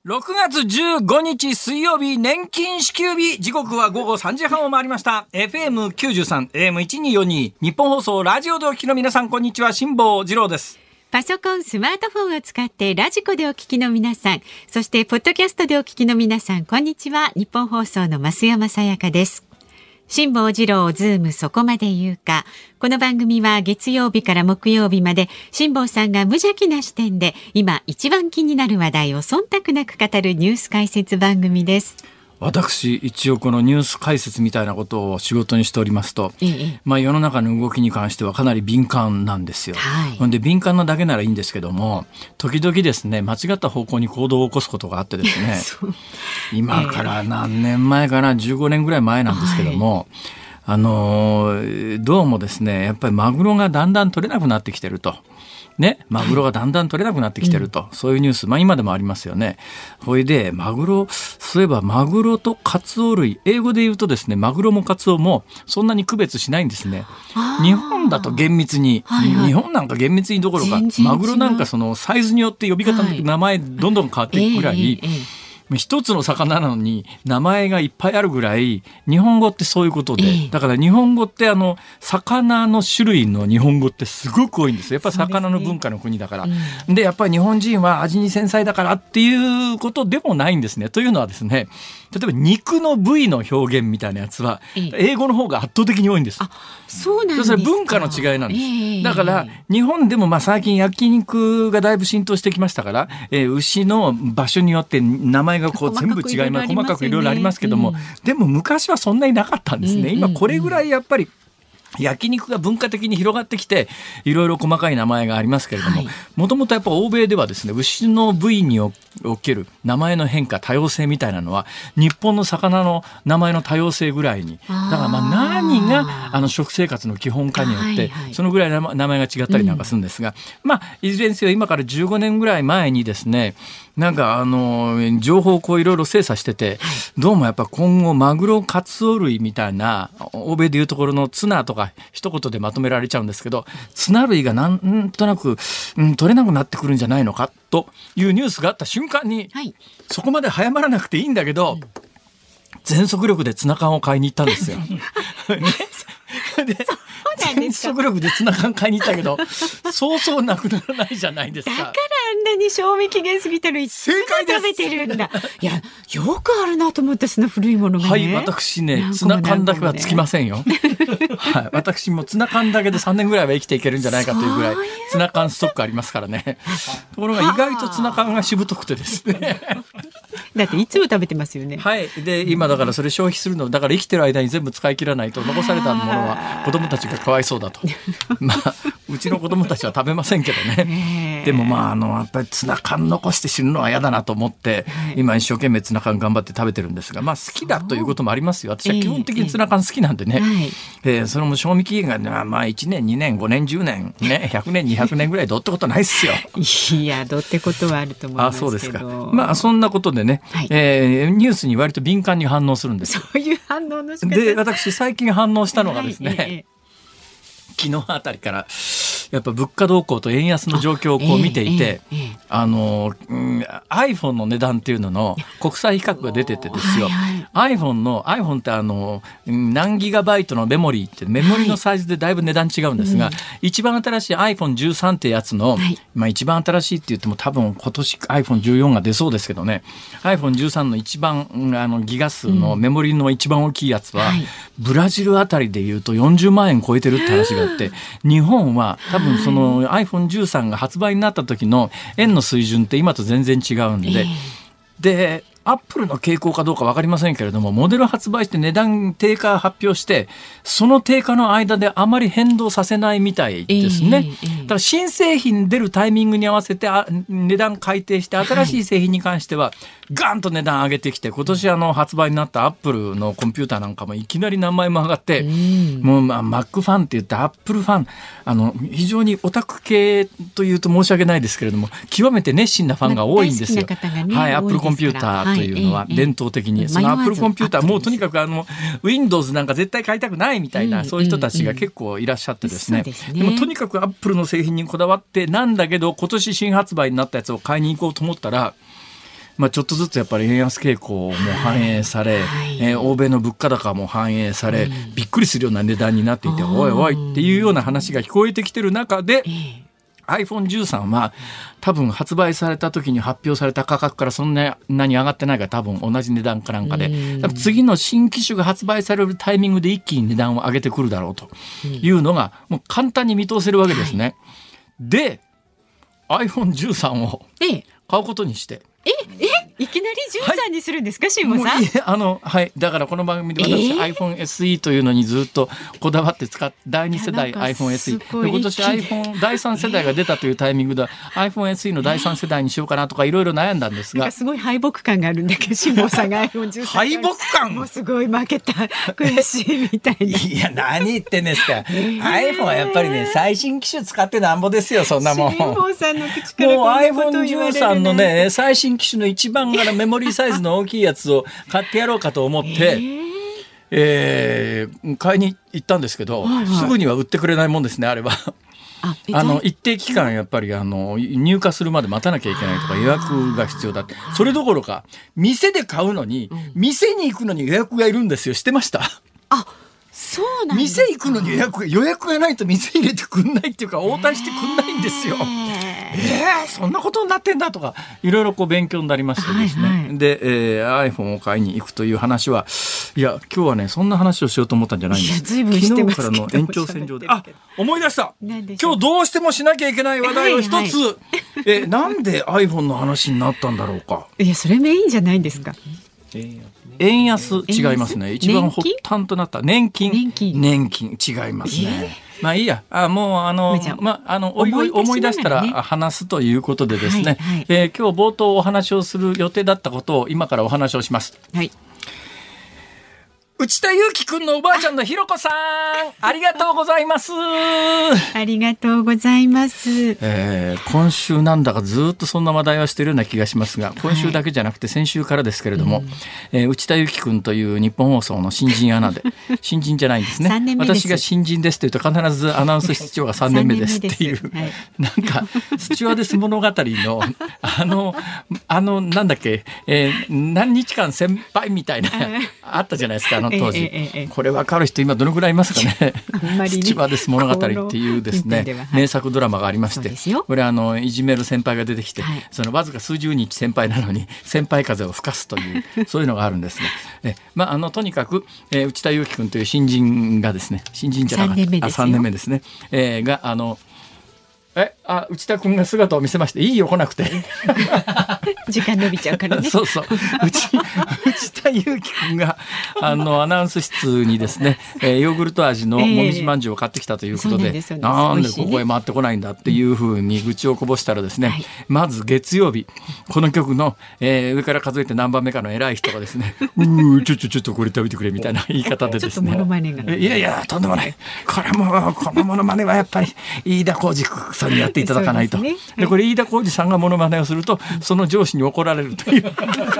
6月15日水曜日、年金支給日、時刻は午後3時半を回りました。 FM93 AM1242 日本放送ラジオでお聞きの皆さん、こんにちは。辛坊治郎です。 パソコン、スマートフォンを使ってラジコでお聞きの皆さん、そしてポッドキャストでお聞きの皆さん、こんにちは。日本放送の増山さやかです。辛坊治郎ズームそこまで言うか。この番組は月曜日から木曜日まで辛坊さんが無邪気な視点で今一番気になる話題を忖度なく語るニュース解説番組です。 私一応このニュース解説みたいなことを仕事にしておりますと、世の中の動きに関してはかなり敏感なんですよ。で敏感なだけならいいんですけども、時々ですね、間違った方向に行動を起こすことがあってですね今から何年前かな、15年ぐらい前なんですけども、どうもですね、やっぱりマグロがだんだん取れなくなってきてると。マグロがだんだん取れなくなってきてると、そういうニュース、今でもありますよね。それでそういえばマグロとカツオ類、英語で言うとですね、マグロもカツオもそんなに区別しないんですね。日本だと厳密に、日本なんか厳密にどころか、マグロなんかそのサイズによって呼び方の名前どんどん変わっていくぐらい、一つの魚なのに名前がいっぱいあるぐらい、日本語ってそういうことで、だから日本語って魚の種類の日本語ってすごく多いんですよ。やっぱり魚の文化の国だから。でやっぱり日本人は味に繊細だからっていうことでもないんですね。というのはですね、例えば肉の部位の表現みたいなやつは英語の方が圧倒的に多いんです。 そうなんですか。 それ文化の違いなんです。だから日本でも最近焼肉がだいぶ浸透してきましたから、牛の場所によって名前が全部違います。細かくいろいろありますけども、でも昔はそんなになかったんですね。今これぐらいやっぱり焼肉が文化的に広がってきて、いろいろ細かい名前がありますけれども、もともとやっぱ欧米ではですね、牛の部位における名前の変化、多様性みたいなのは日本の魚の名前の多様性ぐらいに、だから何が食生活の基本かによってそのぐらい名前が違ったりなんかするんですが、いずれにせよ今から15年ぐらい前にですね、なんか情報をいろいろ精査してて、どうもやっぱ今後マグロカツオ類みたいな、欧米でいうところのツナとか一言でまとめられちゃうんですけど、ツナ類がなんとなく、取れなくなってくるんじゃないのかというニュースがあった瞬間に、そこまで早まらなくていいんだけど、全速力でツナ缶を買いに行ったんですよ。で全速力でツナ缶買いに行ったけど、そうそうなくならないじゃないですか。 だからあんなに賞味期限過ぎてるいつも食べてるんだ。いや、よくあるなと思って、その古いものがね。 私ね、ツナ缶だけはつきませんよ。私もツナ缶だけで3年ぐらいは生きていけるんじゃないかというぐらいツナ缶ストックありますからね。ところが意外とツナ缶がしぶとくてですねだっていつも食べてますよね。 で今だからそれ消費するのだから、生きてる間に全部使い切らないと残されたものは子供たちがかわいそうだとうちの子供たちは食べませんけどね。でもやっぱりツナ缶残して死ぬのは嫌だなと思って、今一生懸命ツナ缶頑張って食べてるんですが、好きだということもありますよ。私は基本的にツナ缶好きなんでね、それも賞味期限が1年2年5年10年100年200年ぐらいどうってことないっすよ。 いや、どうってことはあると思いますけど。 そうですか。そんなことでね、ニュースに割と敏感に反応するんですよ。 そういう反応の仕方で、私最近反応したのがですね、昨日あたりからやっぱ物価動向と円安の状況を見ていて、iPhone の値段っていうのの国際比較が出ててですよ。iPhone って何ギガバイトのメモリーってメモリのサイズでだいぶ値段違うんですが、一番新しい iPhone13 ってやつの、一番新しいって言っても多分今年 iPhone14 が出そうですけどね、 iPhone13 の一番ギガ数のメモリの一番大きいやつは、ブラジルあたりでいうと40万円超えてるって話があって、日本は多分その iPhone13 が発売になった時の円の水準って今と全然違うんで、アップルの傾向かどうか分かりませんけれども、モデル発売して値段低下発表して、その低下の間であまり変動させないみたいですね。だから新製品出るタイミングに合わせて値段改定して、新しい製品に関してはガンと値段上げてきて、今年発売になったアップルのコンピューターなんかもいきなり何枚も上がって、もうMac ファンって言ってアップルファン、非常にオタク系というと申し訳ないですけれども、極めて熱心なファンが多いんですよ。アップルコンピューターというのは伝統的に、そのアップルコンピューターもうとにかくWindows なんか絶対買いたくないみたいな、そういう人たちが結構いらっしゃってですね、でもとにかくアップルの製品にこだわって、なんだけど今年新発売になったやつを買いに行こうと思ったら、 ちょっとずつやっぱり円安傾向も反映され、欧米の物価高も反映され、びっくりするような値段になっていて、おいおいっていうような話が聞こえてきてる中で、iPhone13 は多分発売された時に発表された価格からそんなに上がってないから、多分同じ値段かなんかで、多分次の新機種が発売されるタイミングで一気に値段を上げてくるだろうというのがもう簡単に見通せるわけですね。で iPhone13 を買うことにして、 いきなり13にするんですか、辛坊さん。 だからこの番組で私、iPhone SE というのにずっとこだわって使って、第2世代 iPhone SE で今年 iPhone 第3世代が出たというタイミングで iPhone SE の第3世代にしようかなとかいろいろ悩んだんですが、 すごい敗北感があるんだけど、辛坊さんが iPhone13 敗北感もうすごい負けた、悔しいみたいな。 いや何言ってんですか、iPhone はやっぱりね最新機種使ってなんぼですよ、そんなもん。 辛坊さんの口からこんなことを言われるなんて。 もう iPhone13 のね最新機種の一番からメモリーサイズの大きいやつを買ってやろうかと思って、買いに行ったんですけど、すぐには売ってくれないもんですね、あれは。一定期間やっぱり入荷するまで待たなきゃいけないとか予約が必要だって、それどころか店で買うのに、店に行くのに予約がいるんですよ。知ってました？ そうなんですか。 店行くのに予約がないと店入れてくんないっていうか、応対してくんないんですよ。そんなことになってんだとかいろいろ勉強になりましてですね、で、iPhone を買いに行くという話は、いや今日はねそんな話をしようと思ったんじゃないんです。昨日からの延長線上で思い出した。今日どうしてもしなきゃいけない話題を一つ、なんで iPhone の話になったんだろうか。 いやそれメインじゃないんですか。 円安違いますね。一番発端となった年金違いますね。いいや、もう思い出したら話すということでですね、今日冒頭お話をする予定だったことを今からお話をします。内田祐樹くんのおばあちゃんのひろこさん、ありがとうございます。 ありがとうございます。 今週なんだかずっとそんな話題はしているような気がしますが、今週だけじゃなくて先週からですけれども、内田祐樹くんという日本放送の新人アナで、新人じゃないんですね。私が新人ですというと必ずアナウンス室長が3年目ですっていう、なんかスチュワーデス物語のなんだっけ、何日間先輩みたいなあったじゃないですか、当時。これ分かる人今どのぐらいいますかね。スチュワーデス物語っていうですね、名作ドラマがありまして、これいじめる先輩が出てきて、そのわずか数十日先輩なのに先輩風を吹かすというそういうのがあるんですね。とにかく、内田祐樹君という新人がですね、新人じゃなかった3年目ですね、が内田君が姿を見せまして、いいよ来なくて時間伸びちゃうからね。 そう内田祐樹君がアナウンス室にですね、ヨーグルト味のもみじまんじゅうを買ってきたということで、なんでここへ回ってこないんだっていうふうに愚痴をこぼしたらですね、まず月曜日この局の、上から数えて何番目かの偉い人がですねちょっとこれ食べてくれみたいな言い方でですね、いやとんでもない、このモノマネはやっぱり飯田浩司さんにやっていただかないと。でこれ飯田浩司さんがモノマネをするとその上司に怒られるという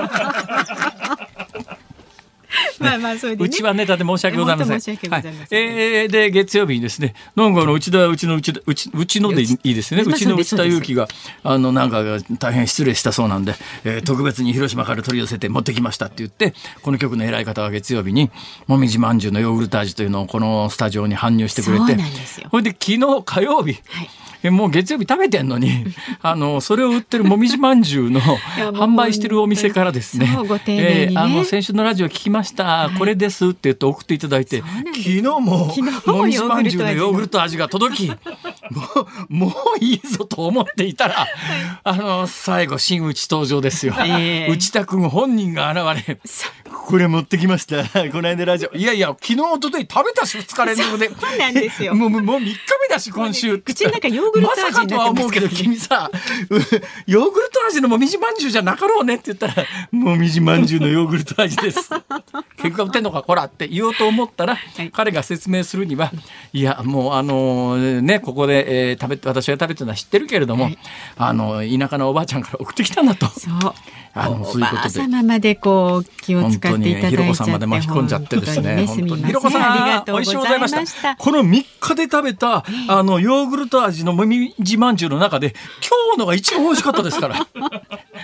うちはネタで申し訳ございません。で月曜日にですね、なんかうちのでいいですね、うちの内田祐樹がなんか大変失礼したそうなんで、特別に広島から取り寄せて持ってきましたって言って、この局の偉い方は月曜日にもみじまんじゅうのヨーグルト味というのをこのスタジオに搬入してくれて、それで昨日火曜日、もう月曜日食べてんのにそれを売ってるもみじまんじゅうの販売してるお店からですね、先週のラジオ聞きました、これですって言って送っていただいて、昨日ももみじまんじゅうのヨーグルト味が届き、もういいぞと思っていたら、最後真打ち登場ですよ。内田君本人が現れ、これ持ってきましたこの間ラジオ、いや昨日一昨日食べたし2日連続で、 そうなんですよ。 もう3日目だし今週、 口の中ヨーグルト味になってますからね。まさかとは思うけど君さヨーグルト味のもみじまんじゅうじゃなかろうねって言ったら、もみじまんじゅうのヨーグルト味です結果売ってんのかこらって言おうと思ったら、彼が説明するには、いやもうここで、私が食べてるのは知ってるけれども、田舎のおばあちゃんから送ってきたんだと。おばあ様まで気を使っていただいちゃって、 ひろこさんまで巻き込んじゃってですね、本当にひろこさん美味しゅうございました。この3日で食べたヨーグルト味のもみじまんじゅうの中で今日のが一番美味しかったですから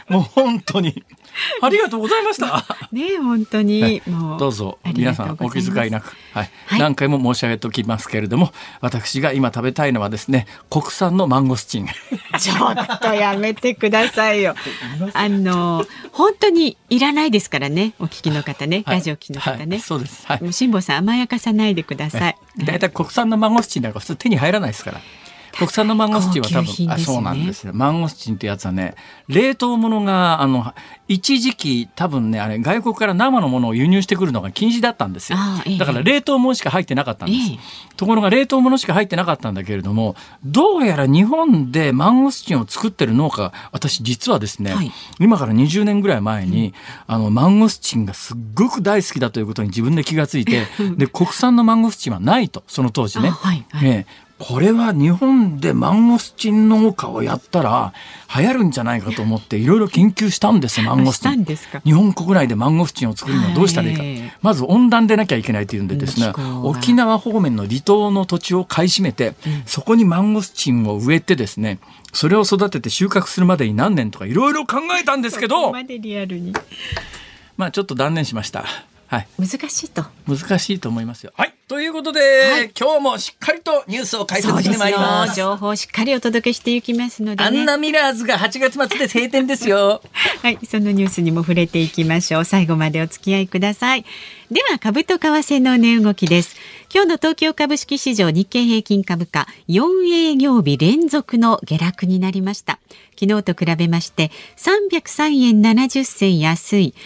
もう本当にありがとうございましたね、本当に、もうどうぞ皆さんお気遣いなく、何回も申し上げておきますけれども、私が今食べたいのはですね、国産のマンゴスチン。 ちょっとやめてくださいよ。本当にいらないですからね、お聞きの方ね、ラジオ聞きの方ね、 そうです。 辛坊さん甘やかさないでください。 だいたい国産のマンゴスチンなんか普通手に入らないですから。国産のマンゴスチンは多分、 ね、 そうなんですよ。マンゴスチンってやつはね、冷凍物が一時期多分ね、あれ外国から生のものを輸入してくるのが禁止だったんですよ。だから冷凍物しか入ってなかったんです。ところが冷凍物しか入ってなかったんだけれども、どうやら日本でマンゴスチンを作ってる農家が、私実はですね、今から20年ぐらい前に、マンゴスチンがすっごく大好きだということに自分で気がついて、で国産のマンゴスチンはないと、その当時ね。これは日本でマンゴスチン農家をやったら流行るんじゃないかと思っていろいろ研究したんですよ。マンゴスチン。日本国内でマンゴスチンを作るにはどうしたらいいか。まず温暖でなきゃいけないというんでですね、沖縄方面の離島の土地を買い占めて、そこにマンゴスチンを植えてですね、それを育てて収穫するまでに何年とかいろいろ考えたんですけど、 そこまでリアルに、 ちょっと断念しました。 難しいと思いますよ。ということで、今日もしっかりとニュースを解説してまいります。 情報をしっかりお届けしていきますので、 アンナミラーズが8月末で閉店ですよ。 そのニュースにも触れていきましょう。最後までお付き合いください。では株と為替の値動きです。今日の東京株式市場、日経平均株価4営業日連続の下落になりました。昨日と比べまして303円70銭安い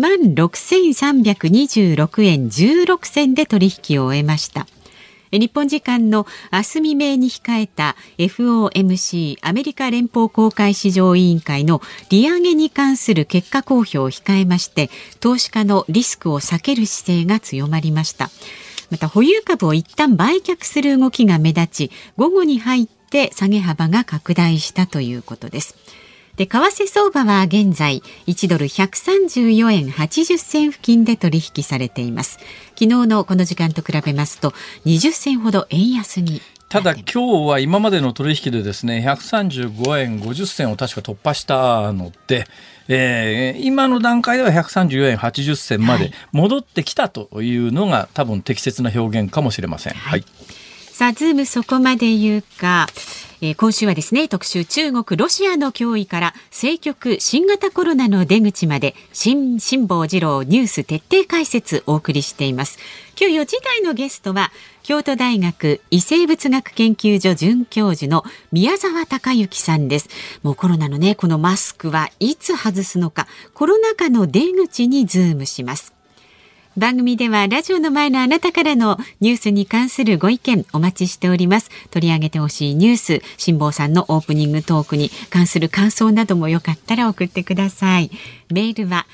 26,326 円16銭で取引を終えました。日本時間の明日未明に控えた FOMC アメリカ連邦公開市場委員会の利上げに関する結果公表を控えまして、投資家のリスクを避ける姿勢が強まりました。また保有株を一旦売却する動きが目立ち、午後に入って下げ幅が拡大したということです。で、為替相場は現在1ドル134円80銭付近で取引されています。昨日のこの時間と比べますと20銭ほど円安に。 ただ今日は今までの取引でですね、135円50銭を確か突破したので、今の段階では134円80銭まで戻ってきたというのが多分適切な表現かもしれません。 さあ、ズームそこまで言うか。今週はですね、特集中国ロシアの脅威から政局新型コロナの出口まで辛坊治郎ニュース徹底解説お送りしています。今日4時台のゲストは京都大学微生物学研究所准教授の宮沢孝之さんです。もうコロナのね、このマスクはいつ外すのか、コロナ禍の出口にズームします。番組ではラジオの前のあなたからのニュースに関するご意見お待ちしております。取り上げてほしいニュース、辛坊さんのオープニングトークに関する感想などもよかったら送ってください。メールは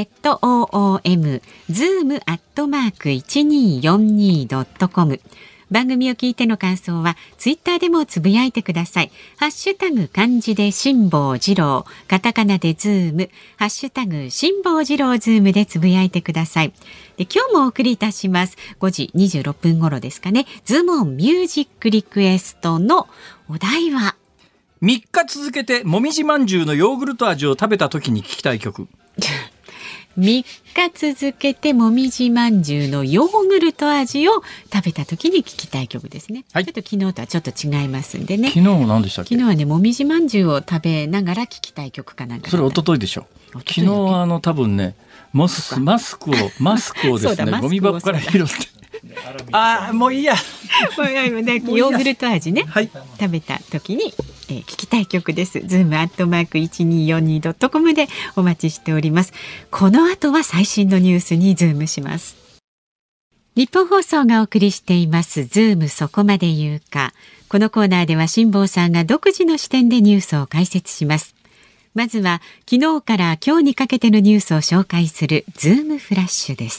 zoom@1242.com。番組を聞いての感想はツイッターでもつぶやいてください。ハッシュタグ漢字で辛坊治郎、カタカナでズーム、ハッシュタグ辛坊治郎ズームでつぶやいてください。で、今日もお送りいたします。5時26分頃ですかね。ズームオンミュージックリクエストのお題は 3日続けてもみじまんじゅうのヨーグルト味を食べた時に聞きたい曲。 3日続けてもみじまんじゅうのヨーグルト味を食べた時に聞きたい曲ですね。ちょっと昨日とはちょっと違いますんでね。 昨日何でしたっけ？ 昨日はね、もみじまんじゅうを食べながら聞きたい曲かなんか。 それ一昨日でしょ。昨日多分ね、マスクをですね、ゴミ箱から拾って。もういいや。ヨーグルト味ね、食べた時に聞きたい曲です。zoom@1242.com でお待ちしております。この後は最新のニュースにズームします。日本放送がお送りしていますズームそこまで言うか。このコーナーでは辛坊さんが独自の視点でニュースを解説します。まずは昨日から今日にかけてのニュースを紹介するズームフラッシュです。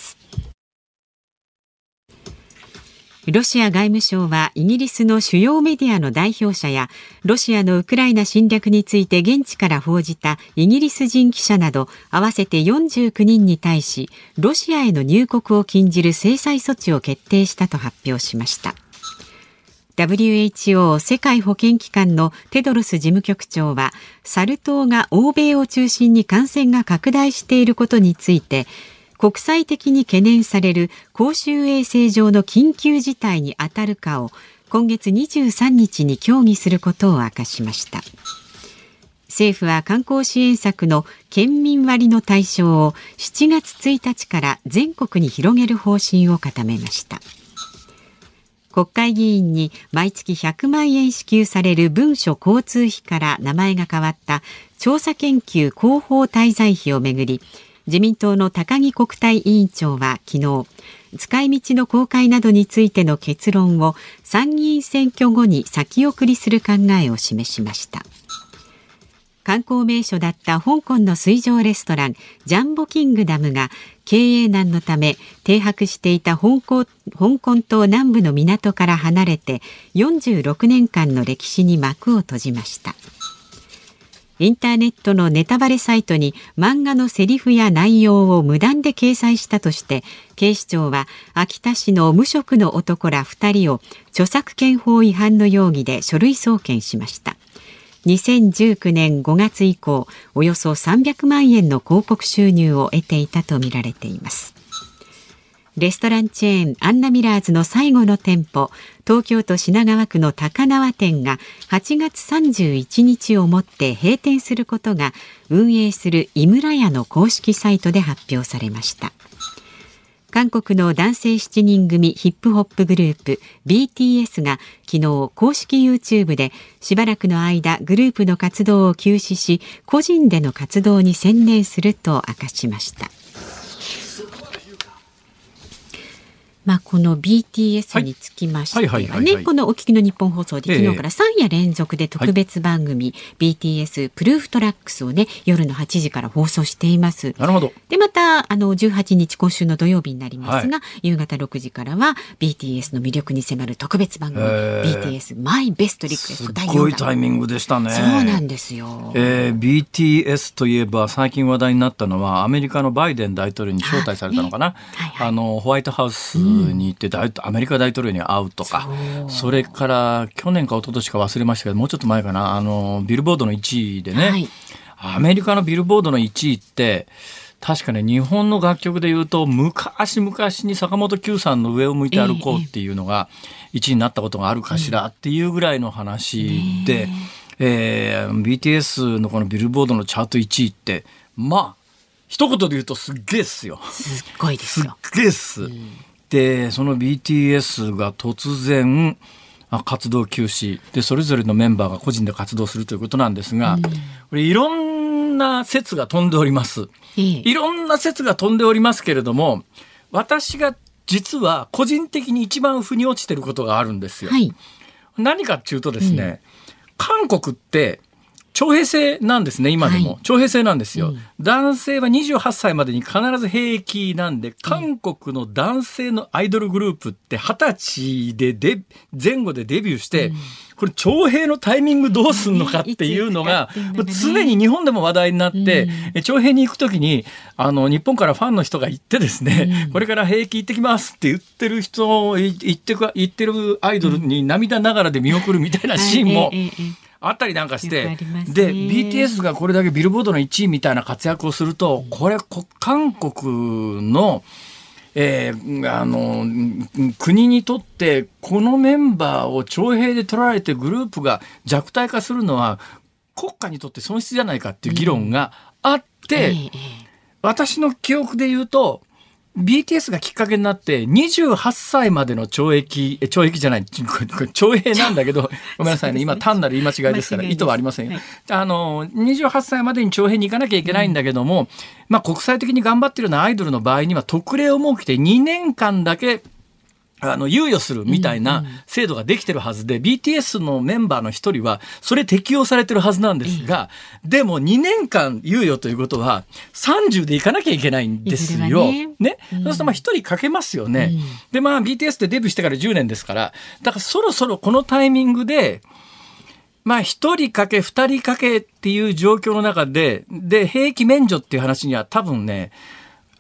ロシア外務省はイギリスの主要メディアの代表者やロシアのウクライナ侵略について現地から報じたイギリス人記者など合わせて49人に対しロシアへの入国を禁じる制裁措置を決定したと発表しました。 WHO 世界保健機関のテドロス事務局長は、サル痘が欧米を中心に感染が拡大していることについて、国際的に懸念される公衆衛生上の緊急事態に当たるかを今月23日に協議することを明かしました。政府は観光支援策の県民割の対象を7月1日から全国に広げる方針を固めました。国会議員に毎月100万円支給される文書交通費から名前が変わった調査研究広報滞在費をめぐり、自民党の高木国対委員長は昨日、使い道の公開などについての結論を参議院選挙後に先送りする考えを示しました。観光名所だった香港の水上レストランジャンボキングダムが経営難のため停泊していた香港島南部の港から離れて46年間の歴史に幕を閉じました。インターネットのネタバレサイトに漫画のセリフや内容を無断で掲載したとして警視庁は秋田市の無職の男ら2人を著作権法違反の容疑で書類送検しました。2019年5月以降およそ300万円の広告収入を得ていたとみられています。レストランチェーンアンナミラーズの最後の店舗、東京都品川区の高輪店が8月31日をもって閉店することが運営する井村屋の公式サイトで発表されました。韓国の男性7人組ヒップホップグループ BTS が昨日公式 YouTube でしばらくの間グループの活動を休止し個人での活動に専念すると明かしました。この BTS につきましてはね、このお聞きの日本放送で昨日から3夜連続で特別番組、BTS プルーフトラックスをね夜の8時から放送しています。 なるほど。 でまた18日今週の土曜日になりますが、夕方6時からは BTS の魅力に迫る特別番組 BTS マイベストリクエスト第4弾。 すごいタイミングでしたね。 そうなんですよ。 BTS といえば最近話題になったのはアメリカのバイデン大統領に招待されたのかな、ホワイトハウスに行ってアメリカ大統領に会うとか、それから去年か一昨年か忘れましたけどもうちょっと前かなビルボードの1位でね、アメリカのビルボードの1位って確かね日本の楽曲でいうと昔々に坂本九さんの上を向いて歩こうっていうのが1位になったことがあるかしらっていうぐらいの話で、BTS のこのビルボードのチャート1位って一言で言うとすっげえっすよ。 すっごいですよ。 すっげえっす。でその BTS が突然活動休止でそれぞれのメンバーが個人で活動するということなんですが、これいろんな説が飛んでおります。いろんな説が飛んでおりますけれども、私が実は個人的に一番腑に落ちてることがあるんですよ。何かっていうとですね、韓国って徴兵制なんですね。今でも徴兵制なんですよ。男性は28歳までに必ず兵役なんで、韓国の男性のアイドルグループって20歳で前後でデビューして、これ徴兵のタイミングどうすんのかっていうのが常に日本でも話題になって、徴兵に行くときに日本からファンの人が行ってですね、これから兵役行ってきますって言ってる人言ってるアイドルに涙ながらで見送るみたいなシーンもあったりなんかして、で BTS がこれだけビルボードの1位みたいな活躍をすると、これ韓国の国にとってこのメンバーを徴兵で取られてグループが弱体化するのは国家にとって損失じゃないかっていう議論があって、私の記憶で言うとBTS がきっかけになって28歳までの徴兵なんだけどごめんなさいね、今単なる言い間違いですから意図はありませんよ。28歳までに徴兵に行かなきゃいけないんだけども、国際的に頑張ってるようなアイドルの場合には特例を設けて2年間だけ猶予するみたいな制度ができてるはずで、BTS のメンバーの一人はそれ適用されてるはずなんですが、でも2年間猶予ということは30で行かなきゃいけないんですよ。ね。そうすると一人かけますよね。でBTS でデビューしてから10年ですから、だからそろそろこのタイミングで1人かけ2人かけっていう状況の中で兵役免除っていう話には多分ね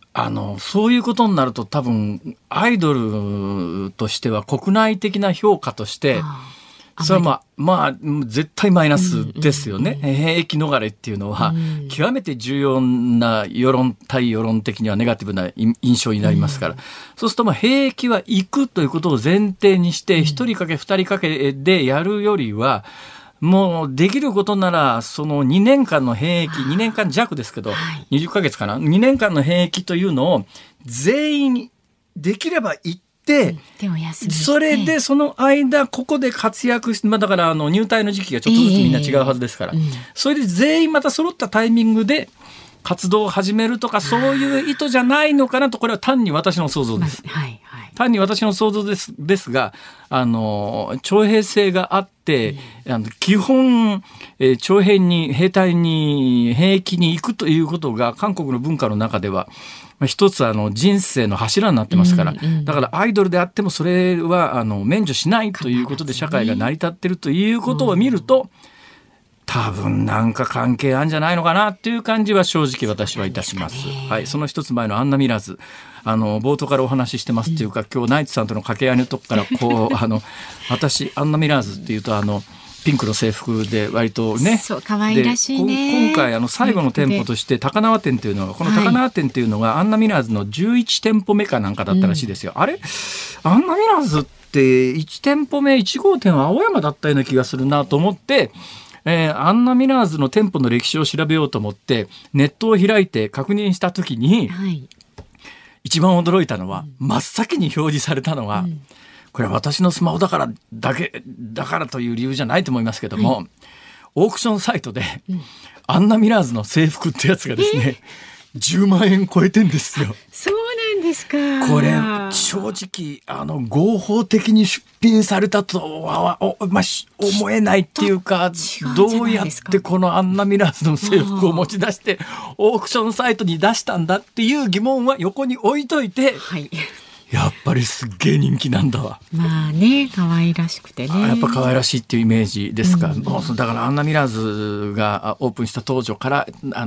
そういうことになると多分アイドルとしては国内的な評価としてそれはまあ絶対マイナスですよね。兵役逃れっていうのは極めて重要な対世論的にはネガティブな印象になりますから、そうすると兵役は行くということを前提にして1人かけ2人かけでやるよりは、もうできることならその2年間の兵役、2年間弱ですけど20ヶ月かな、2年間の兵役というのを全員できれば行ってそれでその間ここで活躍して、だから入隊の時期がちょっとずつみんな違うはずですから、それで全員また揃ったタイミングで活動を始めるとか、そういう意図じゃないのかなと。これは単に私の想像です、単に私の想像ですが、徴兵制があって基本、徴兵に兵隊に兵役に行くということが韓国の文化の中では一つ人生の柱になってますから、だからアイドルであってもそれは免除しないということで社会が成り立っているということを見ると、多分なんか関係あるんじゃないのかなっていう感じは正直私はいたします。はい、その一つ前のアンナミラーズ、冒頭からお話ししてますっていうか、今日ナイツさんとの掛け合いのとこから私アンナミラーズっていうとピンクの制服で割とね、 そう可愛らしいね。 今回最後の店舗として高輪店というのが、この高輪店というのがアンナミラーズの11店舗目かなんかだったらしいですよ。あれアンナミラーズって1店舗目1号店は青山だったような気がするなと思って、アンナミラーズの店舗の歴史を調べようと思ってネットを開いて確認した時に、一番驚いたのは、真っ先に表示されたのは、これは私のスマホだからという理由じゃないと思いますけども、オークションサイトで、アンナミラーズの制服ってやつがですね、10万円超えてんですよ。 そうなんですか。 これ正直合法的に出品されたとは思えないっていうか、どうやってこのアンナミラーズの制服を持ち出してオークションサイトに出したんだっていう疑問は横に置いといて、やっぱりすっげえ人気なんだわ。 まあね、可愛らしくてね。 やっぱ可愛らしいっていうイメージですか。だからアンナミラーズがオープンした当時から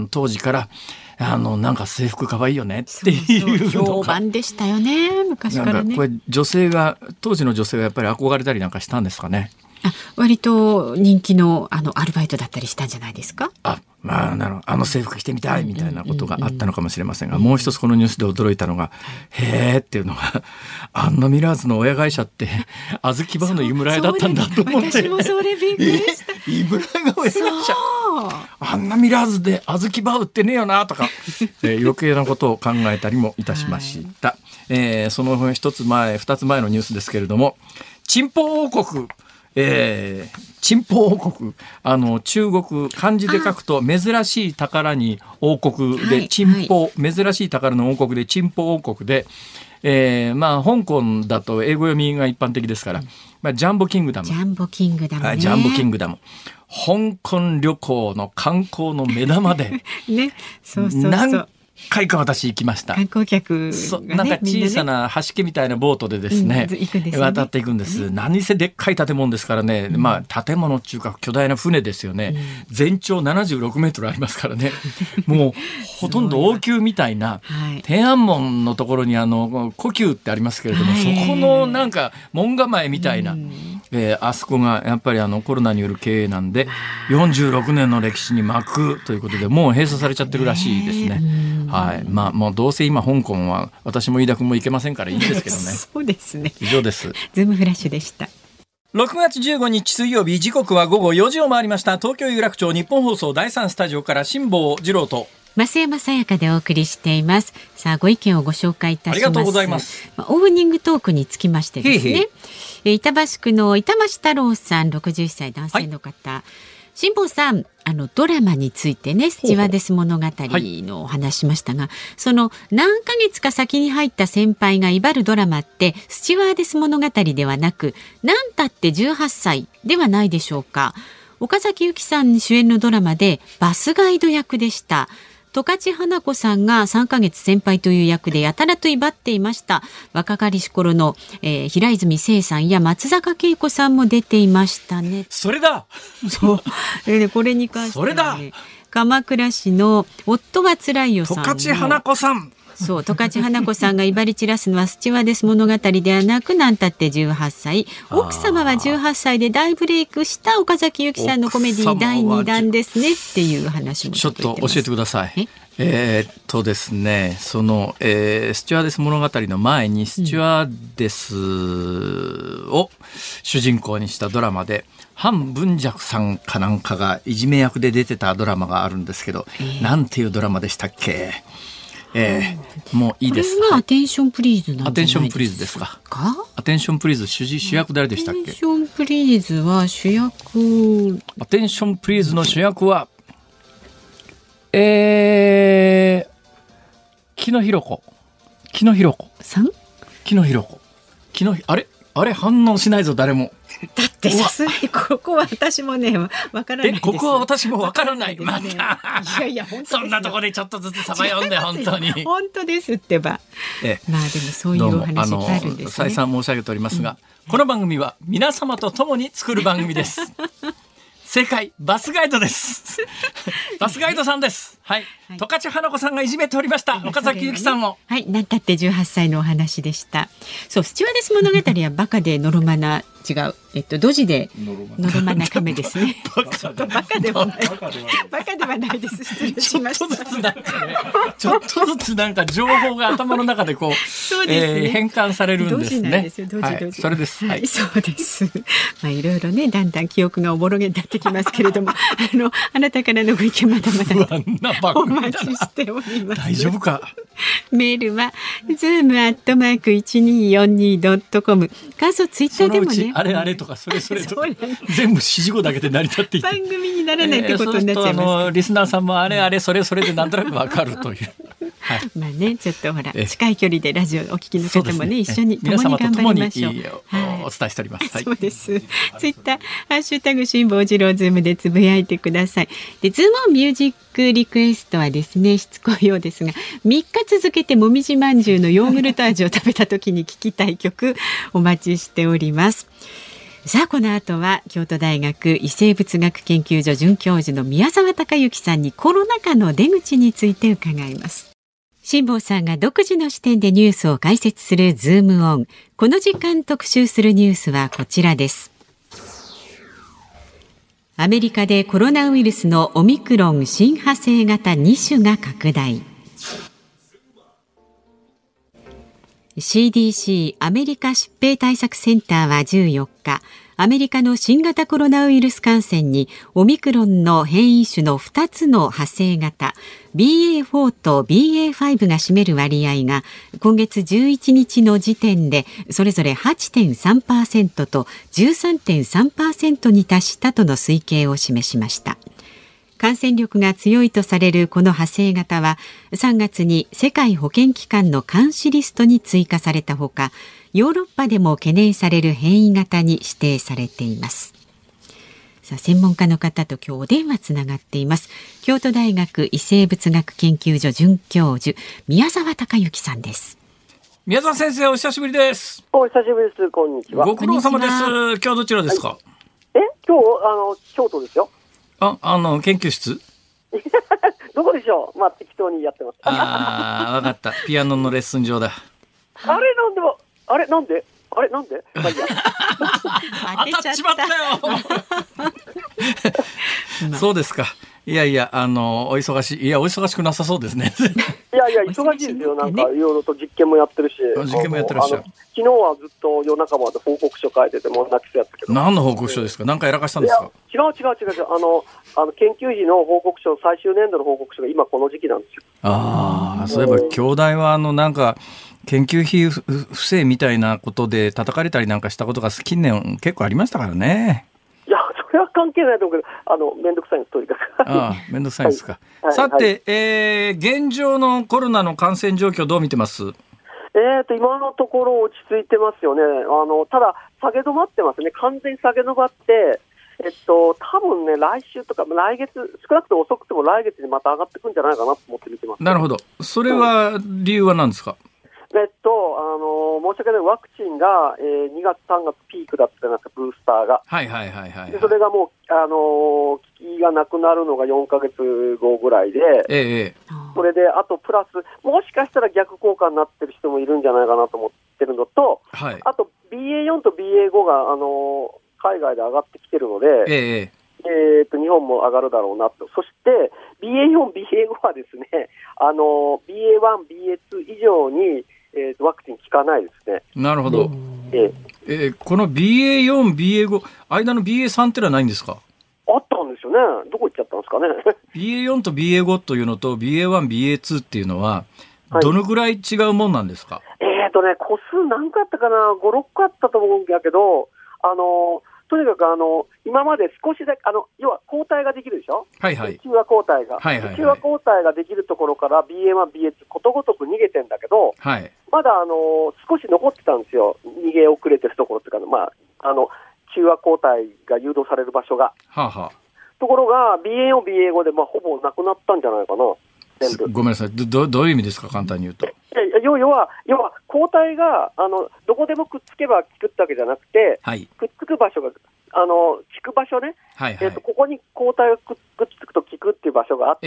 なんか制服可愛いよねっていう評判でしたよね、昔からね。 なんかこれ当時の女性がやっぱり憧れたりなんかしたんですかね。 割と人気のアルバイトだったりしたんじゃないですか。 制服着てみたいみたいなことがあったのかもしれませんが、もう一つこのニュースで驚いたのが、へーっていうのが、アンナミラーズの親会社ってあずきバウの井村屋だったんだと思って。 私もそれびっくりした。 井村屋が親会社、アンナミラーズであずきバウってねえよなとか、余計なことを考えたりもいたしました。その2つ前のニュースですけれども、チンポ王国、チンポ王国、中国漢字で書くと珍しい宝に王国で、チンポ、珍しい宝の王国でチンポ王国で、香港だと英語読みが一般的ですから、ジャンボキングダム、 ジャンボキングダムね、 ジャンボキングダム、香港旅行の観光の目玉でね、そう何回か私行きました。 観光客がね、 なんか小さな橋家みたいなボートでですね、渡っていくんです。何せでっかい建物ですからね、建物っていうか巨大な船ですよね。全長76メートルありますからね。もうほとんど王宮みたいな、天安門のところに故宮ってありますけれども、そこのなんか門構えみたいな、あそこがやっぱりコロナによる経営なんで46年の歴史に幕ということで、もう閉鎖されちゃってるらしいですね。もうどうせ今香港は私も飯田君も行けませんからいいんですけどね。 そうですね。 以上です。 ズームフラッシュでした。 6月15日水曜日、時刻は午後4時を回りました。東京有楽町日本放送第3スタジオから辛坊治郎と増山さやかでお送りしています。さあ、ご意見をご紹介いたします。 ありがとうございます。 オープニングトークにつきましてですね、板橋区の板橋太郎さん、61歳男性の方、辛坊さん、ドラマについてね、スチュワーデス物語のお話しましたが、その何ヶ月か先に入った先輩が威張るドラマってスチュワーデス物語ではなく、何たって18歳ではないでしょうか。岡崎由紀さん主演のドラマでバスガイド役でした。十勝花子さんが3ヶ月先輩という役でやたらと威張っていました。若かりし頃の、平泉成さんや松坂慶子さんも出ていましたね。 それだ。 そう。これに関しては、ね、鎌倉市の夫はつらいよさんの十勝花子さん。 そう十勝花子さんが威張り散らすのはスチュワーデス物語ではなくなんたって18歳、奥様は18歳で大ブレイクした岡崎由紀さんのコメディ第2弾ですねっていう話もちょっと教えてください。ですね、その、スチュワーデス物語の前にスチュワーデスを主人公にしたドラマで、ハン・ブンジャクさんかなんかがいじめ役で出てたドラマがあるんですけど、なんていうドラマでしたっけ。もういいです。 これがアテンションプリーズなんじゃないですか。 アテンションプリーズですか。アテンションプリーズ主役誰でしたっけ。 アテンションプリーズは主役、 アテンションプリーズの主役は木野博子さん、 木野博子あれ反応しないぞ誰も。 だってさすがにここは私もねわからないです。 ここは私もわからない。またいや本当そんなところでちょっとずつさば読んで本当に本当ですってば。まあでもそういうお話があるんですね。 再三申し上げておりますが、この番組は皆様と共に作る番組です。正解バスガイドです。バスガイドさんです。はい、十勝花子さんがいじめておりました。岡崎由紀さんもなんたって18歳のお話でした。そうスチュワーデス物語はバカでノロマナ違うドジでノロマナカメですね。ちょっとバカではないバカではないです。失礼しました。 ちょっとずつなんか情報が頭の中でこうそうですね、変換されるんですね。ドジなんですよ。ドジ、それです。そうです。いろいろねだんだん記憶がおぼろげになってきますけれどもあなたからのご意見まだまだお待ちしております。大丈夫か。 メールは zoom@1242.com、 感想ツイッターでもね、 あれとかそれとか全部指示語だけで成り立っていて番組にならないってことになっちゃいます。 リスナーさんもあれそれでなんとなくわかるというまあねちょっとほら近い距離でラジオお聞きの方もね一緒に共に頑張りましょう。 お伝えしております。 そうです。ツイッターハッシュタグ辛坊治郎ズームでつぶやいてください。でズームオンミュージックリクエストはですねしつこいようですが3日続けてもみじまんじゅうのヨーグルト味を食べた時に聴きたい曲お待ちしております。さあこの後は京都大学異生物学研究所准教授の宮沢隆之さんにコロナ禍の出口について伺います。辛坊さんが独自の視点でニュースを解説するズームオン。この時間特集するニュースはこちらです。アメリカでコロナウイルスのオミクロン新派生型2種が拡大。CDC アメリカ疾病対策センターは14日、アメリカの新型コロナウイルス感染にオミクロンの変異種の2つの派生型 BA.4 と BA.5 が占める割合が今月11日の時点でそれぞれ 8.3% と 13.3% に達したとの推計を示しました。感染力が強いとされるこの派生型は3月に世界保健機関の監視リストに追加されたほか、ヨーロッパでも懸念される変異型に指定されています。さあ専門家の方と今日お電話つながっています。京都大学異生物学研究所准教授宮沢隆之さんです。 宮沢先生お久しぶりです。 お久しぶりです。こんにちは。 ご苦労様です。今日どちらですか。 今日京都ですよ。 研究室どこでしょう。まあ適当にやってます。 わかった。ピアノのレッスン場だ。 なんでまあいいや当たっちまったよ。そうですか。いやお忙しくなさそうですね。 いや忙しいですよ。なんかいろいろと実験もやってるし。 実験もやってらっしゃる。 昨日はずっと夜中まで報告書書いてても泣きそうやったけど。 何の報告書ですか。何かやらかしたんですか。 違う。研究費の報告書、最終年度の報告書が今この時期なんですよ。 そういえば京大はなんか研究費不正みたいなことで叩かれたりなんかしたことが近年結構ありましたからね。 いやそれは関係ないと思うけどめんどくさいんですとにかく。めんどくさいですか。さて、現状のコロナの感染状況どう見てます。 今のところ落ち着いてますよね。ただ下げ止まってますね。完全に下げ止まって多分ね来週とか来月、少なくとも遅くても来月にまた上がってくるんじゃないかなと思って見てます。 なるほど。それは理由は何ですか。 も申し訳ない、ワクチンが、2月、3月ピークだったじゃないですか、ブースターが。でそれがもう、効きがなくなるのが4ヶ月後ぐらいで、それで、あとプラス、もしかしたら逆効果になってる人もいるんじゃないかなと思ってるのと、あと BA4 と BA5 が、海外で上がってきてるので、日本も上がるだろうなと。そして、BA4、BA5 はですね、BA1、BA2 以上に、ワクチン効かないですね。 なるほど。この BA4、BA5、間の BA3 ってのはないんですか？ あったんですよね。どこ行っちゃったんですかね。 BA4 と BA5 というのと BA1、BA2 っていうのは、どのぐらい違うもんなんですか？ 個数何個あったかな、5、6個あったと思うんだけど、とにかく今まで少しだけ、要は抗体ができるでしょ、中和抗体が。中和抗体ができるところから BA1、BA2 ことごとく逃げてんだけど、まだ少し残ってたんですよ。逃げ遅れてるところっていうか、中和抗体が誘導される場所が。ところが BA4、BA5 でほぼなくなったんじゃないかな。 ごめんなさい。どういう意味ですか、簡単に言うと。 要は抗体がどこでもくっつけば効くってわけじゃなくて、くっつく場所が効く場所ね、ここに抗体がくっつくと効くっていう場所があって、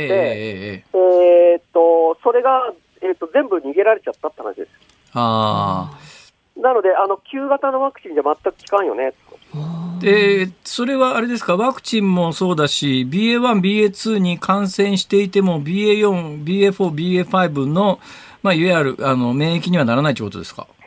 それが、全部逃げられちゃったって話です。なので旧型のワクチンじゃ全く効かんよね。 それはあれですか、ワクチンもそうだし BA1、BA2 に感染していても BA4、BA4、BA5 の、いわゆる免疫にはならないということですか？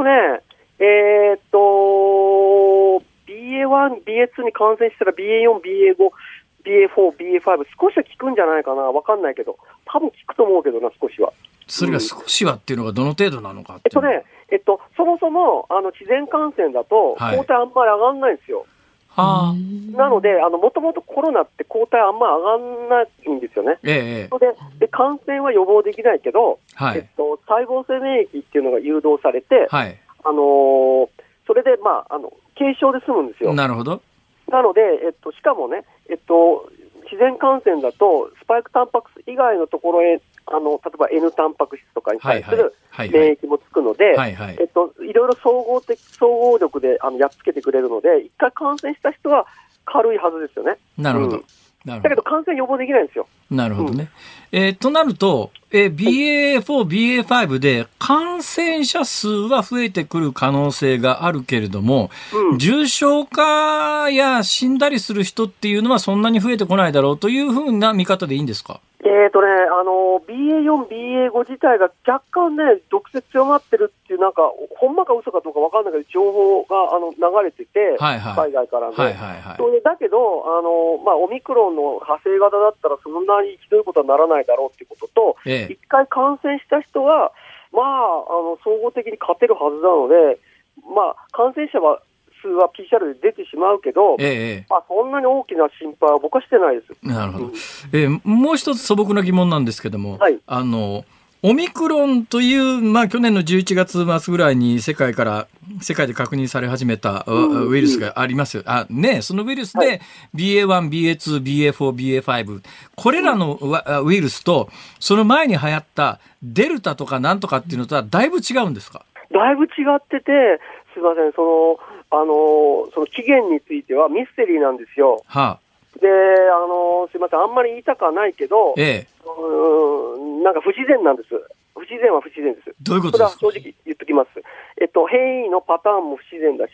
BA1、BA2 に感染したら BA4、BA5、BA4、BA5 少しは効くんじゃないかな、わかんないけど、多分効くと思うけどな、少しは。 それが少しはっていうのがどの程度なのかってそもそも自然感染だと抗体あんまり上がんないんですよ。なのでもともとコロナって抗体あんま上がんないんですよね。で感染は予防できないけど、細胞性免疫っていうのが誘導されて、それで軽症で済むんですよ。 なるほど。 なので、しかもね、自然感染だとスパイクタンパク質以外のところへ例えば N タンパク質とかに対する免疫もつくので、いろいろ総合力でやっつけてくれるので、一回感染した人は軽いはずですよね。 なるほど。 だけど感染予防できないんですよ。 なるほどね。となると、BA4、BA5 で感染者数は増えてくる可能性があるけれども、重症化や死んだりする人っていうのはそんなに増えてこないだろうというふうな見方でいいんですか ？BA4、BA5 自体が若干ね、毒性強まってるっていう、ほんまか嘘かどうか分かんないけど、情報が流れてて、海外からね。それだけど、オミクロンの派生型だったら、そんなにひどいことはならないだろうっていうことと、一回感染した人は、総合的に勝てるはずなので、感染者は、数は PCR で出てしまうけど、そんなに大きな心配は僕はしてないです。 なるほど。もう一つ素朴な疑問なんですけども、オミクロンという、去年の11月末ぐらいに世界で確認され始めたウイルスがありますよ。そのウイルスで BA1、BA2、BA4、BA5、これらのウイルスとその前に流行ったデルタとかなんとかっていうのとはだいぶ違うんですか？ だいぶ違ってて、すいません、その起源についてはミステリーなんですよ。ですいません、あんまり言いたくはないけど、不自然なんです。不自然は不自然です。 どういうことですか？ それは正直言っときます。変異のパターンも不自然だし、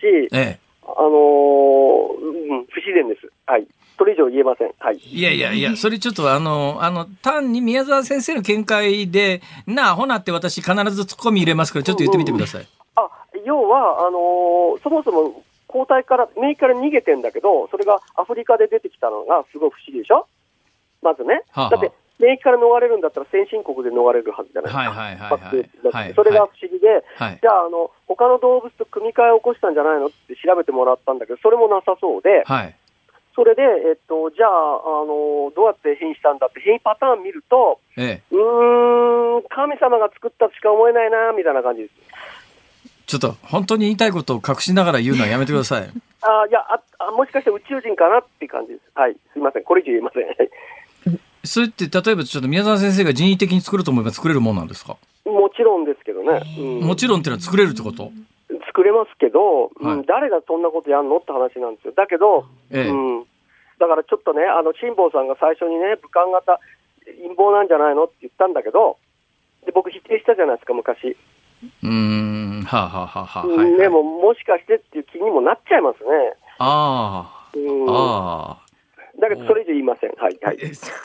不自然です。それ以上言えません。 いや、それちょっと単に宮沢先生の見解で、ほなって私必ずツッコミ入れますから、ちょっと言ってみてください。 要は、そもそも抗体から、免疫から逃げてんだけど、それがアフリカで出てきたのがすごい不思議でしょ？まずね。だって、免疫から逃れるんだったら先進国で逃れるはずじゃないですか。それが不思議で、じゃあ、他の動物と組み換えを起こしたんじゃないのって調べてもらったんだけど、それもなさそうで、それで、じゃあ、どうやって変異したんだって変異パターン見ると、神様が作ったとしか思えないな、みたいな感じです。 ちょっと本当に言いたいことを隠しながら言うのはやめてください。 もしかして宇宙人かなっていう感じです。すいません。これ以上言えません。 それって例えばちょっと宮沢先生が人為的に作ると思えば作れるもんなんですか？ もちろんですけどね、 もちろんっていうのは作れるってこと？ 作れますけど、誰がそんなことやんのって話なんですよ。だけど、だからちょっとね、辛坊さんが最初にね、武漢型陰謀なんじゃないのって言ったんだけど、で僕否定したじゃないですか、昔。でももしかしてっていう気にもなっちゃいますね。だけどそれ以上言いません。はいはい。い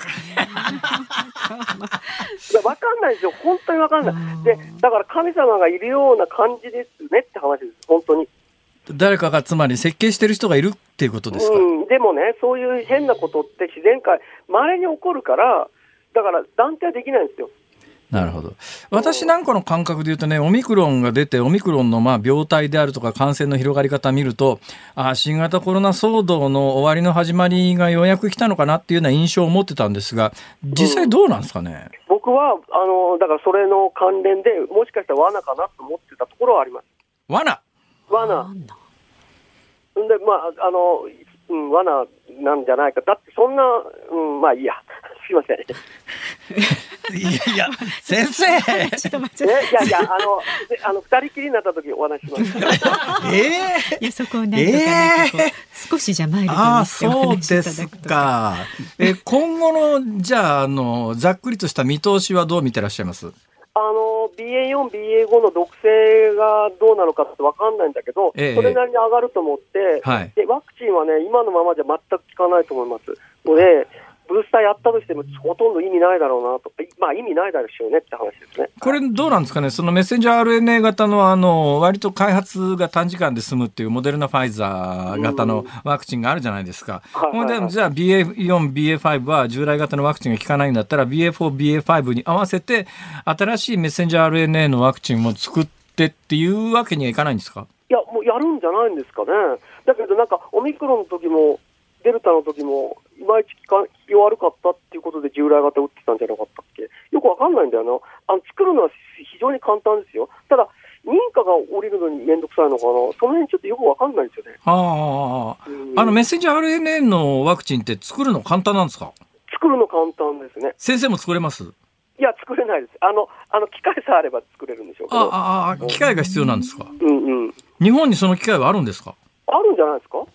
や、わかんないですよ。本当にわかんない。で、だから神様がいるような感じですねって話です。本当に。 誰かがつまり設計してる人がいるっていうことですか？ でもね、そういう変なことって自然界稀に起こるから、だから断定はできないんですよ。 なるほど。私なんかの感覚で言うとね、オミクロンが出て、オミクロンの病態であるとか感染の広がり方を見ると、新型コロナ騒動の終わりの始まりがようやく来たのかなっていうような印象を持ってたんですが、実際どうなんですかね？ 僕はだからそれの関連でもしかしたら罠かなと思ってたところはあります。罠で、罠なんじゃないか。だってそんな、まあいいや。すいません。 いや、先生ちょっと待って。二人きりになった時お話しします。 いや、そこをなんとか少しじゃマイルドにしてお話しいただくと。そうですか。 今後の、じゃあ、ざっくりとした見通しはどう見てらっしゃいます？ BA4、BA5 の毒性がどうなのかって分かんないんだけど、それなりに上がると思って、でワクチンはね、今のままじゃ全く効かないと思いますので、ブースターやったとしてもほとんど意味ないだろうなと、意味ないだろうねって話ですね。 これどうなんですかね、そのメッセンジャー RNA 型の割と開発が短時間で済むっていうモデルナ・ファイザー型のワクチンがあるじゃないですか。じゃあ BA4、BA5 は従来型のワクチンが効かないんだったら BA4、BA5 に合わせて新しいメッセンジャー RNA のワクチンも作ってっていうわけにはいかないんですか？ いや、もうやるんじゃないんですかね。だけどなんかオミクロンの時もデルタの時もいまいち効き悪かったっていうことで従来型打ってたんじゃなかったっけ？よくわかんないんだよな。作るのは非常に簡単ですよ。ただ認可が下りるのにめんどくさいのかな、その辺ちょっとよくわかんないんですよね。 メッセンジャー RNA のワクチンって作るの簡単なんですか？ 作るの簡単ですね。 先生も作れます？ いや、作れないです。機械さえあれば作れるんでしょうけど。 機械が必要なんですか？日本にその機械はあるんですか？ あるんじゃないですか？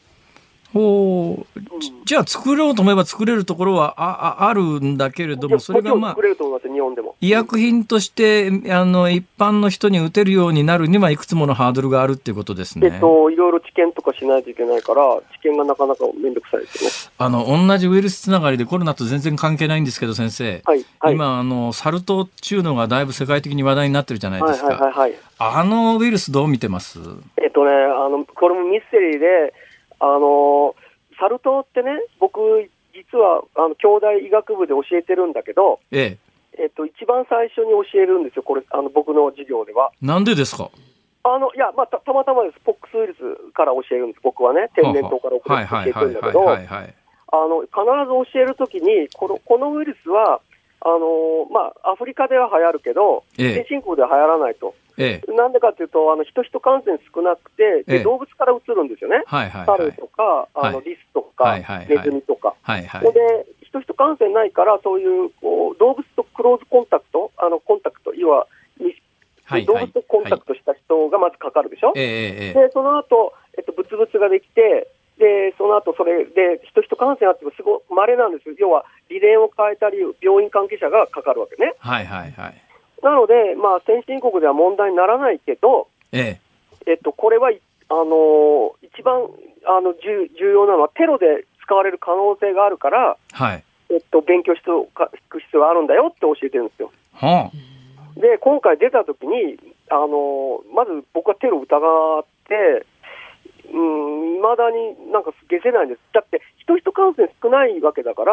じゃあ作ろうと思えば作れるところはあるんだけれども、それが作れると思います。日本でも医薬品として一般の人に打てるようになるにはいくつものハードルがあるっていうことですね。 いろいろ治験とかしないといけないから、治験がなかなかめんどくさいですよね。 同じウイルスつながりでコロナと全然関係ないんですけど、先生、今サル痘っていうのがだいぶ世界的に話題になってるじゃないですか。ウイルスどう見てます？これもミステリーで、サル痘ってね、僕実は京大医学部で教えてるんだけど、一番最初に教えるんですよ、これ僕の授業では。 なんでですか？ いや、たまたまです。ポックスウイルスから教えるんです、僕はね。天然痘から教えてるんだけど、必ず教えるときにこのウイルスはアフリカでは流行るけど、先進国では流行らないと。なんでかというと、人感染少なくて、で動物からうつるんですよね。猿とかリスとか、ネズミとか。で人感染ないから、そういう動物とクローズコンタクト、要は動物とコンタクトした人がまずかかるでしょ。でその後、ブツブツができて、でその後それで人感染あってもすごい稀なんです。要はリレーを変えたり病院関係者がかかるわけね。なので、先進国では問題にならないけど、これは一番重要なのはテロで使われる可能性があるから、勉強しておく必要があるんだよって教えてるんですよ。で今回出た時にまず僕はテロを疑って未だになんか消せないんです。だって人感染少ないわけだから、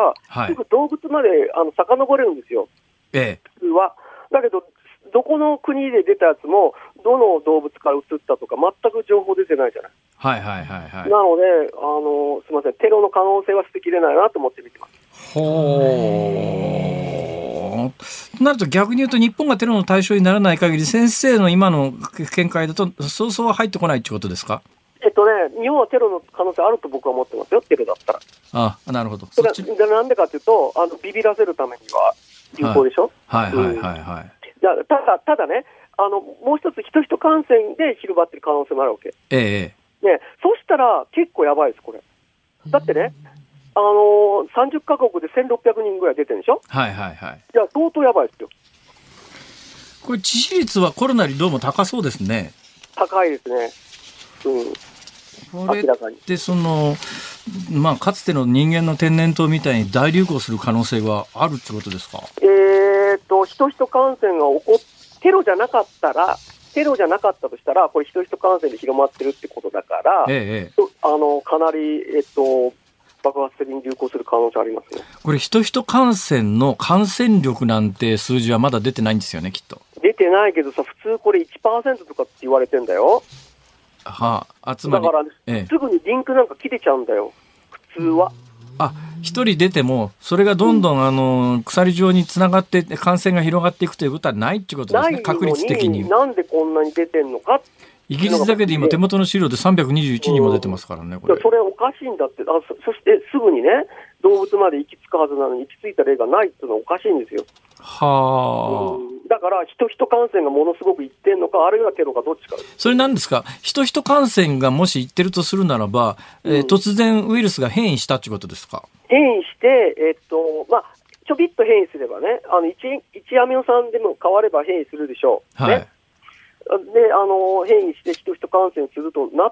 すぐ動物まで遡れるんですよ、普通は。だけどどこの国で出たやつもどの動物から移ったとか全く情報出てないじゃない。なのですみません、テロの可能性は捨てきれないなと思って見てます。 となると逆に言うと、日本がテロの対象にならない限り、先生の今の見解だとそうそう入ってこないということですか？ 日本はテロの可能性あると僕は思ってますよ、テロだったら。 なるほど。 なんでかというとビビらせるためには有効でしょ。 いやただね、もう一つ、人感染で広がってる可能性もあるわけ。ね、そしたら結構やばいです、これ。だってね、30カ国で1600人ぐらい出てるんでしょ。 はいはいはい。 いや、相当やばいですよ。 これ致死率はコロナよりどうも高そうですね。 高いですね。 これってかつての人間の天然痘みたいに大流行する可能性はあるってことですか？ 人感染が起こっテロじゃなかったとしたら、これ人感染で広まってるってことだから、かなり、爆発的に流行する可能性ありますね。これ人感染の感染力なんて数字はまだ出てないんですよね、きっと。 出てないけどさ、普通これ 1% とかって言われてんだよ。 つまりだから、すぐにリンクなんか切れちゃうんだよ、普通は。 一人出てもそれがどんどん、鎖状につながって感染が広がっていくということはないってことですね、確率的に。 なんでこんなに出てんのか。 イギリスだけで今手元の資料で321人も出てますからね、これ。 それおかしいんだって。そしてすぐにね、動物まで行き着くはずなのに行き着いた例がないっていうのはおかしいんですよ。だから人感染がものすごくいってんのか、あるいはテロか、どっちか。それなんですか、人感染がもしいってるとするならば、突然ウイルスが変異したってことですか？ 変異して、ちょびっと変異すればね、1アミノ酸でも変われば変異するでしょう。ね。で、変異して人感染するとなって、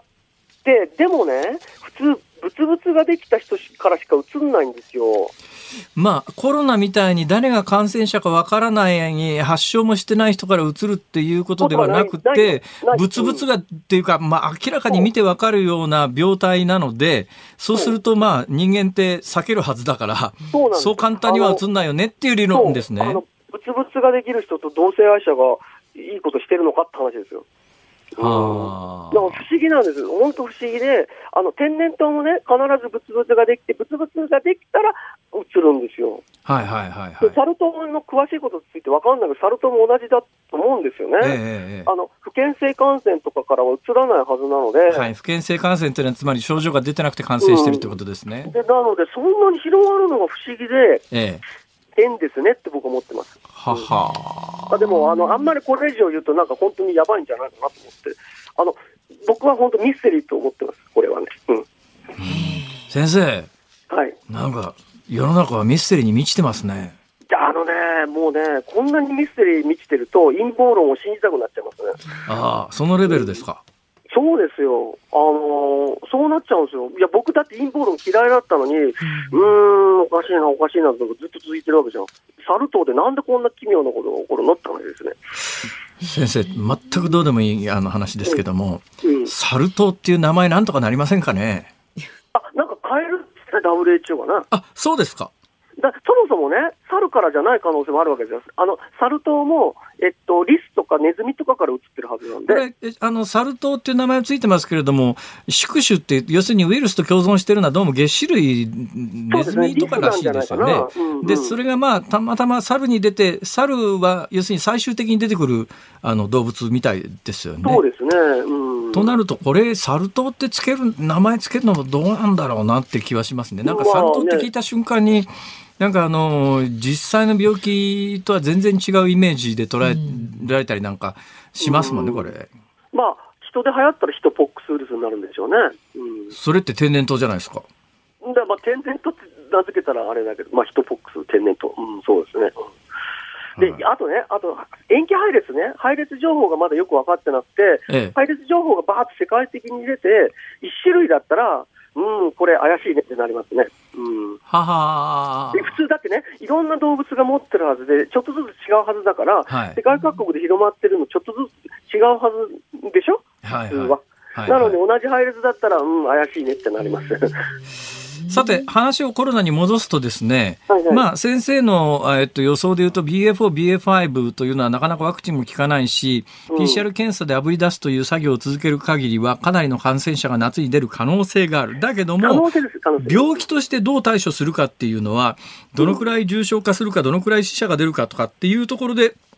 でもね、普通ブツブツができた人からしか移んないんですよ。 コロナみたいに誰が感染者かわからないに発症もしてない人から移るっていうことではなくて、ブツブツがっていうか、明らかに見てわかるような病態なので、そうすると人間って避けるはずだから、そう簡単には移んないよねっていう理論ですね。 ブツブツができる人と同性愛者がいいことしてるのかって話ですよ。だから不思議なんです。本当不思議で、天然痘もね、必ずブツブツができて、ブツブツができたらうつるんですよ。サル痘の詳しいことについて分かんないけど、サル痘も同じだと思うんですよね。不検性感染とかからはうつらないはずなので、 不検性感染というのはつまり症状が出てなくて感染してるってことですね。 なのでそんなに広がるのが不思議で、変ですねって僕は思ってます。でもあんまりこれ以上言うとなんか本当にやばいんじゃないかなと思って、僕は本当ミステリーと思ってます、これはね。 先生、なんか世の中はミステリーに満ちてますね。 もうね、こんなにミステリーに満ちてると陰謀論を信じたくなっちゃいますね。 そのレベルですか。 そうですよ。そうなっちゃうんですよ。いや、僕だって陰謀論嫌いだったのに、おかしいなとずっと続いてるわけじゃん。サル痘でなんでこんな奇妙なことが起こるのって話ですね。 先生、全くどうでもいい話ですけども、サル痘っていう名前なんとかなりませんかね？ なんか変えるって WHO がな。 そうですか。 そもそもね、猿からじゃない可能性もあるわけですよ。サル痘も、リスとかネズミとかから移ってるはずなんで。 これ、サル痘っていう名前ついてますけれども、宿主って、要するにウイルスと共存してるのはどうも齧歯類、ネズミとからしいですよね。で、それがたまたま猿に出て、猿は要するに最終的に出てくる動物みたいですよね。 そうですね。 となると、これ、サル痘って名前つけるのもどうなんだろうなって気はしますね。なんかサル痘って聞いた瞬間に、なんか実際の病気とは全然違うイメージで捉えられたりなんかしますもんね、これ。 人で流行ったらヒトポックスウイルスになるんでしょうね。 それって天然痘じゃないですか。 天然痘って名付けたらあれだけど、ヒトポックス、天然痘、そうですね。で、あと塩基配列ね、配列情報がまだよく分かってなくて、配列情報がバーッと世界的に出て、1種類だったら、これ怪しいねってなりますね。で普通だってね、いろんな動物が持ってるはずで、ちょっとずつ違うはずだから、世界各国で広まってるのちょっとずつ違うはずでしょ、普通は。なので同じ配列だったら、怪しいねってなります。 さて、話をコロナに戻すとですね、先生の、予想でいうと BA.4、BA.5 というのはなかなかワクチンも効かないし、PCR 検査であぶり出すという作業を続ける限りはかなりの感染者が夏に出る可能性がある。だけども、病気としてどう対処するかっていうのは、どのくらい重症化するか、どのくらい死者が出るかとかっていうところで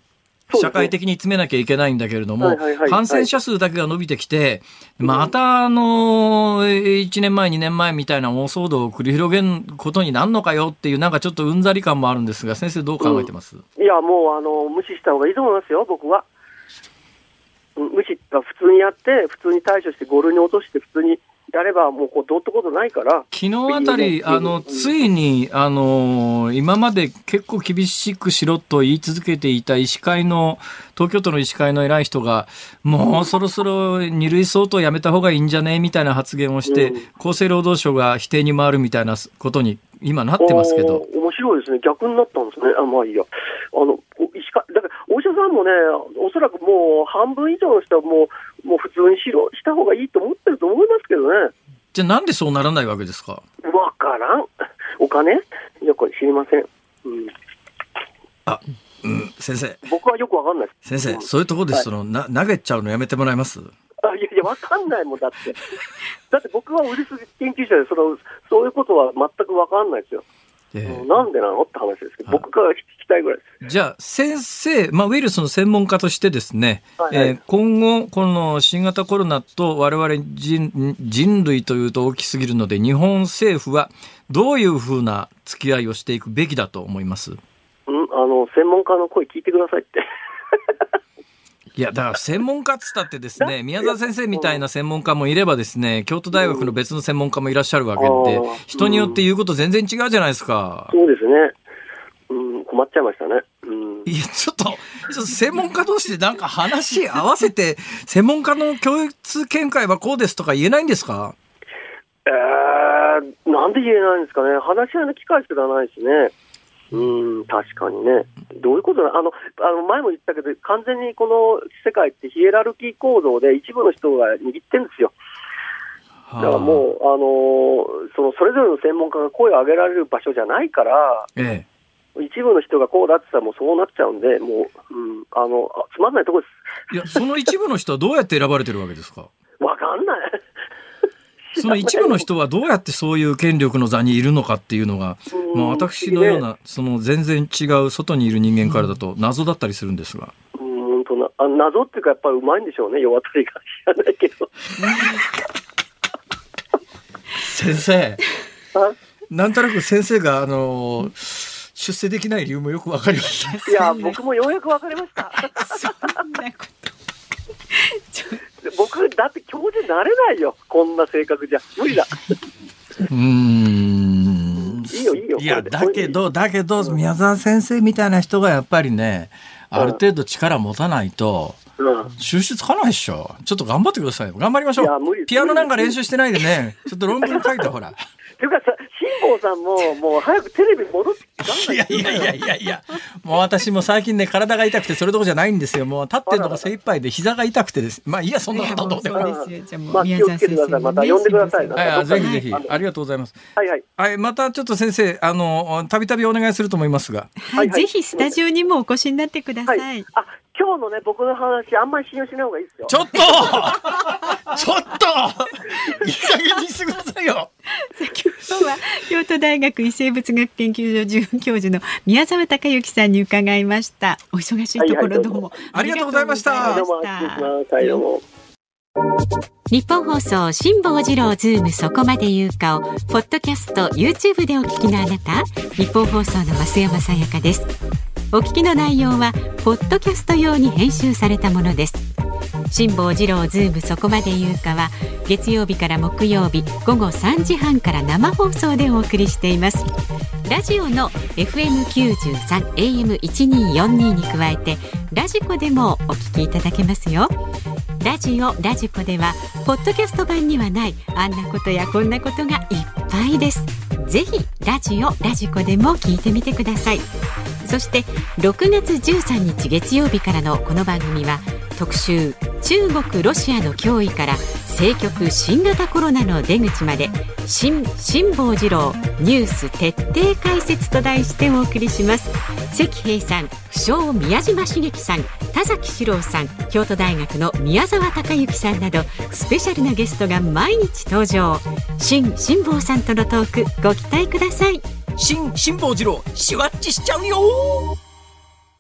社会的に詰めなきゃいけないんだけれども、感染者数だけが伸びてきて、また1年前2年前みたいな大騒動を繰り広げることになるのかよっていう、なんかちょっとうんざり感もあるんですが、先生どう考えてます？ いや、もう無視した方がいいと思いますよ、僕は。無視は普通にやって、普通に対処して5類に落として普通にやればもうどうってことないから。 昨日あたりついに今まで結構厳しくしろと言い続けていた東京都の医師会の偉い人が、もうそろそろ2類相当やめた方がいいんじゃねみたいな発言をして、厚生労働省が否定に回るみたいなことに今なってますけど。 面白いですね。逆になったんですね。まあいいや。医師会だからお医者さんもね、おそらくもう半分以上の人はもう普通にした方がいいと思ってると思いますけどね。 じゃあなんでそうならないわけですか？ わからん。お金？いや、これ知りません。 先生。 僕はよくわかんないです。 先生、そういうところで投げちゃうのやめてもらえます？ いや、わかんないもんだって。だって僕はウイルス研究者でそういうことは全くわかんないですよ。なんでなのって話ですけど、僕から聞きたいぐらいです。 じゃあ先生、ウイルスの専門家としてですね、今後この新型コロナと我々人類というと大きすぎるので、日本政府はどういうふうな付き合いをしていくべきだと思います？ 専門家の声聞いてくださいって。 いや、だから専門家っつったってですね、宮沢先生みたいな専門家もいればですね、京都大学の別の専門家もいらっしゃるわけで、人によって言うこと全然違うじゃないですか。 そうですね。困っちゃいましたね。 いや、ちょっと専門家同士でなんか話合わせて、専門家の共通見解はこうですとか言えないんですか？ なんで言えないんですかね。話し合いの機会すらないしね。確かにね。どういうことなの？前も言ったけど、完全にこの世界ってヒエラルキー構造で一部の人が握ってるんですよ。だからもうそれぞれの専門家が声を上げられる場所じゃないから、一部の人がこうだって言ったらもうそうなっちゃうんで、もう、つまんないところです。 いや、その一部の人はどうやって選ばれてるわけですか？ わかんない。 その一部の人はどうやってそういう権力の座にいるのかっていうのが、私のような全然違う外にいる人間からだと謎だったりするんですが。 本当な、謎っていうかやっぱりうまいんでしょうね、世渡りが。知らないけど。 先生、なんとなく先生が出世できない理由もよくわかりました。 いや、僕もようやくわかりました。 そんなこと僕だって教授になれないよ、こんな性格じゃ無理だ。いいよいいよ。 いや、だけど宮沢先生みたいな人がやっぱりね、ある程度力持たないと収集つかないでしょ。ちょっと頑張ってください。頑張りましょう。ピアノなんか練習してないでね、ちょっと論文書いてほら。 ていうかさ、辛坊さんもう早くテレビ戻ってきて。 いや、もう私も最近ね、体が痛くてそれどころじゃないんですよ。もう立ってるのが精一杯で膝が痛くてです。まあいいや、そんなことどうでも。 気をつけてください。また呼んでください。 ぜひぜひ、ありがとうございます。はい、またちょっと先生、たびたびお願いすると思いますが。 ぜひスタジオにもお越しになってください。 今日のね、僕の話あんまり信用しない方がいいですよ。 ちょっといい加減にしてくださいよ。 今日は京都大学微生物学研究所准教授の宮沢隆之さんに伺いました。お忙しいところどうもありがとうございました。 日本放送辛坊治郎ズームそこまで言うかをポッドキャスト YouTube でお聞きのあなた、日本放送の増山さやかです。お聞きの内容はポッドキャスト用に編集されたものです。辛坊治郎ズームそこまで言うかは月曜日から木曜日午後3時半から生放送でお送りしています。ラジオの FM93 AM1242 に加えてラジコでもお聞きいただけますよ。ラジコではポッドキャスト版にはないあんなことやこんなことがいっぱいです。ぜひラジコでも聞いてみてください。そして6月13日月曜日からのこの番組は特集中国ロシアの脅威から政局新型コロナの出口まで辛坊治郎ニュース徹底解説と題してお送りします。関平さん、不詳宮島茂樹さん、田崎史郎さん、京都大学の宮沢隆之さんなどスペシャルなゲストが毎日登場。辛坊さんとのトークご期待ください。 辛坊治郎シュワッチしちゃうよ。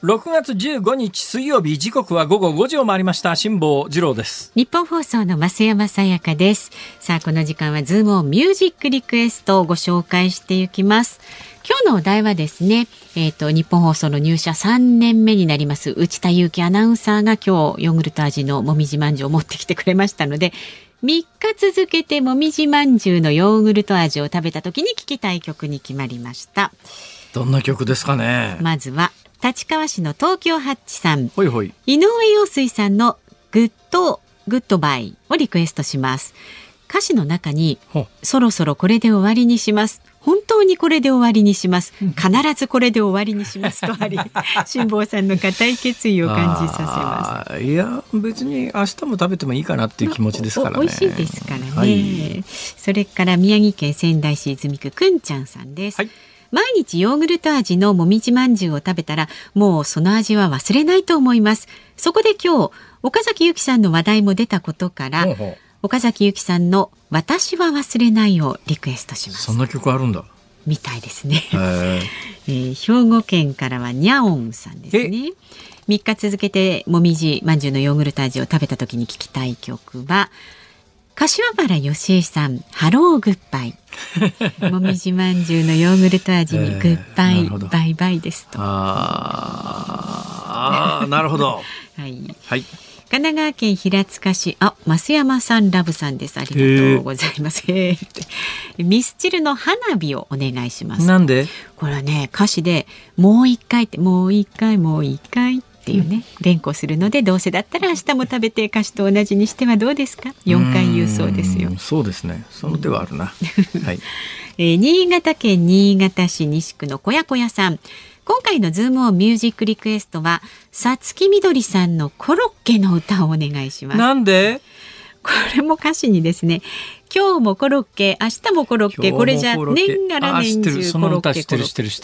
6月15日水曜日、時刻は午後5時を回りました。辛坊治郎です。 日本放送の増山さやかです。さあ、この時間はズームオンミュージックリクエストをご紹介していきます。今日のお題はですね、日本放送の入社3年目になります内田裕樹アナウンサーが今日ヨーグルト味のもみじまんじゅうを持ってきてくれましたので、3日続けてもみじまんじゅうのヨーグルト味を食べた時に聴きたい曲に決まりました。 どんな曲ですかね。 まずは立川市の東京ハッチさん、 ほいほい、 井上陽水さんのグッドバイをリクエストします。歌詞の中にそろそろこれで終わりにします、本当にこれで終わりにします、必ずこれで終わりにしますとあり辛坊さんの固い決意を感じさせます。 いや別に明日も食べてもいいかなっていう気持ちですからね。 美味しいですからね、はい、それから宮城県仙台市泉区くんちゃんさんです、はい、毎日ヨーグルト味のもみじまんじゅうを食べたらもうその味は忘れないと思います。そこで今日岡崎由紀さんの話題も出たことから岡崎由紀さんの私は忘れないをリクエストします。 そんな曲あるんだみたいですね、兵庫県からはにゃおんさんですね。3日続けてもみじまんじゅうのヨーグルト味を食べた時に聴きたい曲は柏原芳恵さんハローグッバイもみじまんじゅうのヨーグルト味にグッバイ、バイバイですと。 なるほどはい、はい、神奈川県平塚市増山さんラブさんです。ありがとうございます。ミスチルの花火をお願いします。 なんでこれはね歌詞でもう一回ってもう一回もう一回っていうね連呼するので、どうせだったら明日も食べて歌詞と同じにしてはどうですか。4回言うそうですよ。 そうですね、その手はあるな、はい。 新潟県新潟市西区の小屋小屋さん、今回のズームオンミュージックリクエストはさつきみどりさんのコロッケの歌をお願いします。 なんでこれも歌詞にですね、今日もコロッケ明日もコロッケ、これじゃ年がら年中コロッケ、 知って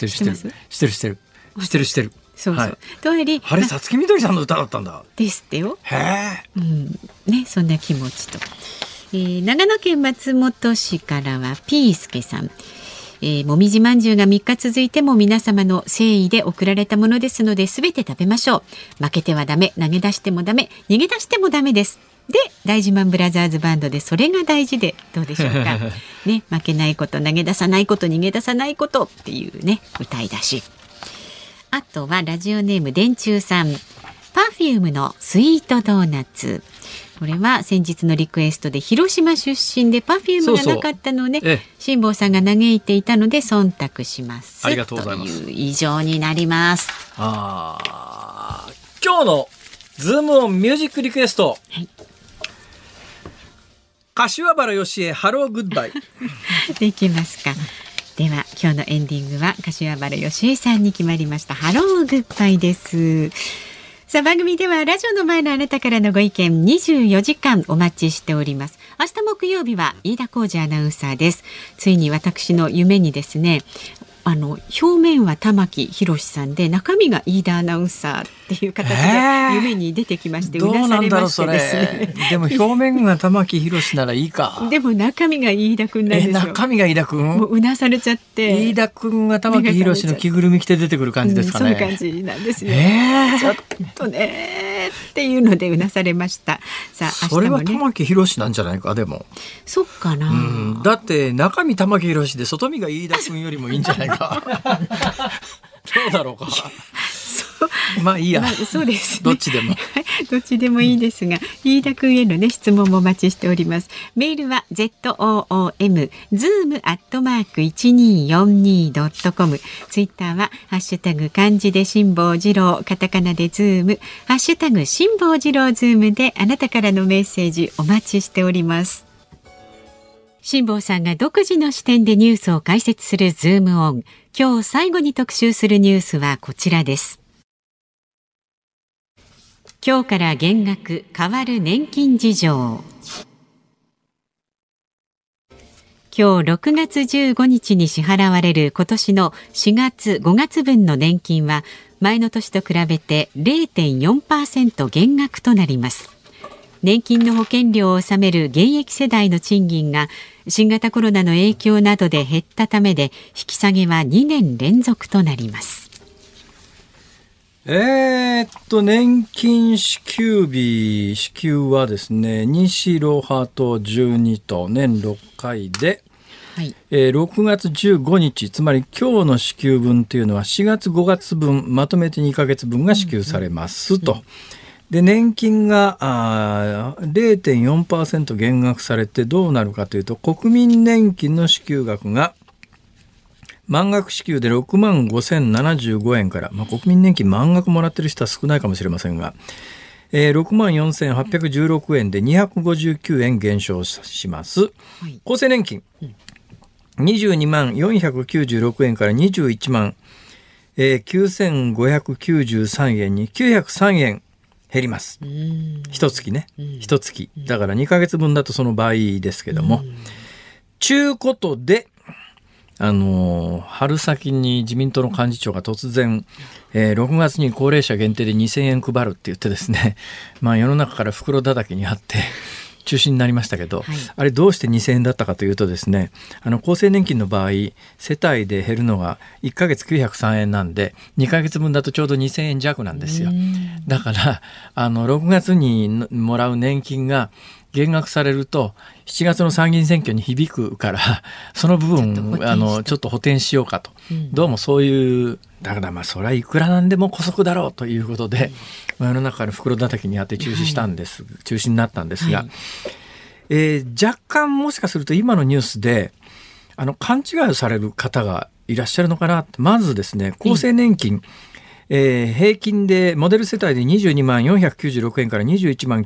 るそう、はい、 とやりあれさつきみどりさんの歌だったんだですってよ。 へえ、 ね、そんな気持ちと、長野県松本市からはピースケさん、もみじまんじゅうが3日続いても皆様の誠意で送られたものですので全て食べましょう。負けてはダメ、投げ出してもダメ、逃げ出してもダメです。で大自慢ブラザーズバンドでそれが大事でどうでしょうか、ね、負けないこと、投げ出さないこと、逃げ出さないことっていうね歌い出し。あとはラジオネーム電柱さん、パフュームのスイートドーナツ。これは先日のリクエストで広島出身でパフュームがなかったので辛坊さんが嘆いていたので忖度します。 ありがとうございます。 という以上になります。 今日のズームオンミュージックリクエスト、はい、柏原芳恵ハローグッバイできますか。では今日のエンディングは柏原芳恵さんに決まりましたハローグッバイです。さあ番組ではラジオの前のあなたからのご意見24時間お待ちしております。明日木曜日は飯田浩司アナウンサーです。ついに私の夢にですね、表面は玉木宏さんで中身が飯田アナウンサーっていう形で夢に出てきまして、うなされましてですね。 でも表面が玉木宏ならいいかでも中身が飯田くんなんですよ。 中身が飯田くん、 もううなされちゃって、 飯田くんが玉木宏の着ぐるみ着て出てくる感じですかね、 そういう感じなんですよ、ちょっとねっていうのでうなされました。さあそれは玉木宏なんじゃないか。でもそっかな、 だって中身玉木宏で外身が飯田くんよりもいいんじゃないかどうだろうかまあいいや、 そうです、ね、 どっちでもどっちでもいいですが、飯田くんへのね質問もお待ちしております。メールは zoom@1242.com、 ツイッターはハッシュタグ漢字で辛坊治郎、カタカナでズーム、ハッシュタグ辛坊治郎ズームであなたからのメッセージお待ちしております。辛坊さんが独自の視点でニュースを解説するズームオン。今日最後に特集するニュースはこちらです。今日から減額変わる年金事情。今日6月15日に支払われる今年の4月5月分の年金は前の年と比べて 0.4% 減額となります。年金の保険料を納める現役世代の賃金が新型コロナの影響などで減ったためで、引き下げは2年連続となります。 年金支給日、支給はですね、西ロハと12と年6回で、はい、6月15日、つまり今日の支給分というのは4月5月分、まとめて2ヶ月分が支給されますと。で、年金が0.4% 減額されてどうなるかというと、国民年金の支給額が満額支給で6万5075円から、国民年金満額もらってる人は少ないかもしれませんが、6万4816円で259円減少します。はい、厚生年金、22万496円から21万、9593円に903円減ります。一月ね、一月。だから2ヶ月分だとその倍ですけども。ちゅうことで、春先に自民党の幹事長が突然、6月に高齢者限定で2000円配るって言ってですね、世の中から袋叩きにあって中止になりましたけど、はい、あれどうして2000円だったかというとですね、厚生年金の場合世帯で減るのが1ヶ月903円なんで2ヶ月分だとちょうど2000円弱なんですよ。だから6月にもらう年金が減額されると7月の参議院選挙に響くからその部分ちょっと補填しようかと、どうもそういうだからそれはいくらなんでも姑息だろうということで、世の中から袋叩きにあって中止したんです、中止になったんですが、若干もしかすると今のニュースで勘違いをされる方がいらっしゃるのかなって。まずですね、厚生年金、平均でモデル世帯で22万496円から21万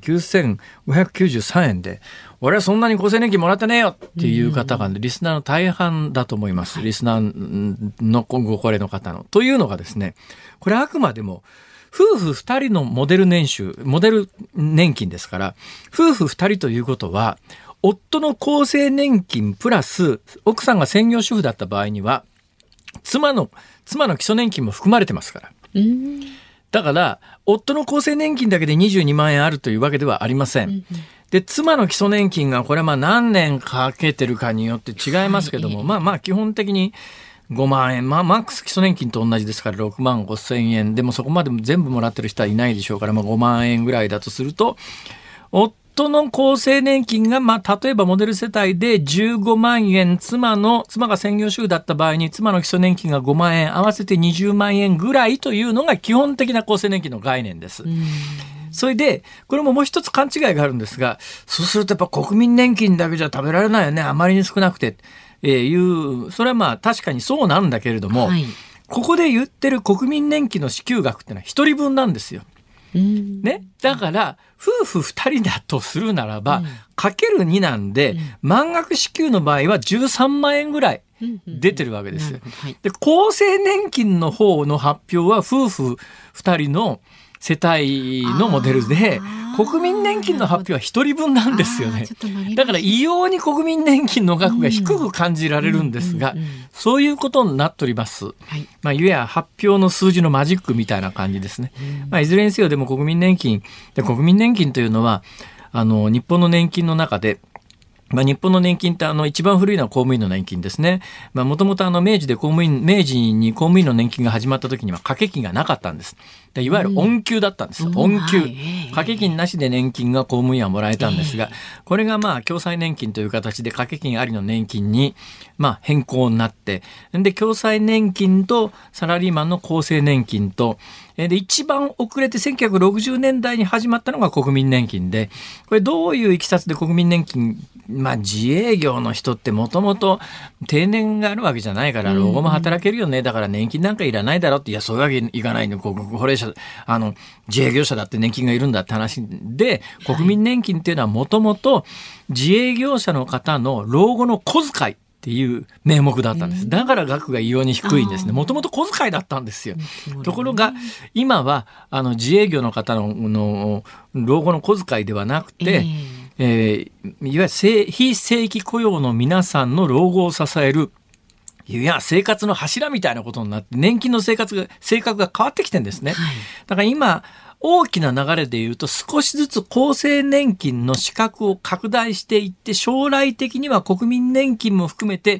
9593円で、俺はそんなに厚生年金もらってねえよっていう方がリスナーの大半だと思います。リスナーのご高齢の方の。というのがですね、これあくまでも夫婦2人のモデル年金ですから、夫婦2人ということは、夫の厚生年金プラス奥さんが専業主婦だった場合には、妻の基礎年金も含まれてますから。だから夫の厚生年金だけで22万円あるというわけではありません。で、妻の基礎年金がこれは何年かけてるかによって違いますけども、基本的に5万円、マックス基礎年金と同じですから6万5千円でもそこまで全部もらってる人はいないでしょうから、5万円ぐらいだとすると、夫の厚生年金が、例えばモデル世帯で15万円、妻が専業主婦だった場合に妻の基礎年金が5万円、合わせて20万円ぐらいというのが基本的な厚生年金の概念です。それで、これももう一つ勘違いがあるんですが、そうするとやっぱ国民年金だけじゃ食べられないよね、あまりに少なくて、それは確かにそうなんだけれども、はい、ここで言ってる国民年金の支給額ってのは一人分なんですよ。ね、だから夫婦2人だとするならば、かける2なんで、満額支給の場合は13万円ぐらい出てるわけですよ。で、厚生年金の方の発表は夫婦2人の世帯のモデルで、国民年金の発表は一人分なんですよね。だから異様に国民年金の額が低く感じられるんですが、そういうことになっております。いわゆる発表の数字のマジックみたいな感じですね。いずれにせよでも国民年金というのは日本の年金の中で、日本の年金って一番古いのは公務員の年金ですね。もともと明治に公務員の年金が始まった時には掛け金がなかったんです。いわゆる恩給だったんです。恩給。掛け金なしで年金が公務員はもらえたんですが、これが共済年金という形で掛け金ありの年金に変更になって、で共済年金とサラリーマンの厚生年金と、で一番遅れて1960年代に始まったのが国民年金で、これどういういきさつで国民年金、自営業の人ってもともと定年があるわけじゃないから老後も働けるよね、だから年金なんかいらないだろって、いやそういうわけいかないの、高齢者自営業者だって年金がいるんだって話で、国民年金っていうのはもともと自営業者の方の老後の小遣いっていう名目だったんです。だから額が異様に低いんですね。もともと小遣いだったんですよ。ところが今は自営業の方の老後の小遣いではなくて、いわゆる非正規雇用の皆さんの老後を支える、生活の柱みたいなことになって、年金の性格が変わってきてるんですね。だから今大きな流れで言うと、少しずつ厚生年金の資格を拡大していって、将来的には国民年金も含めて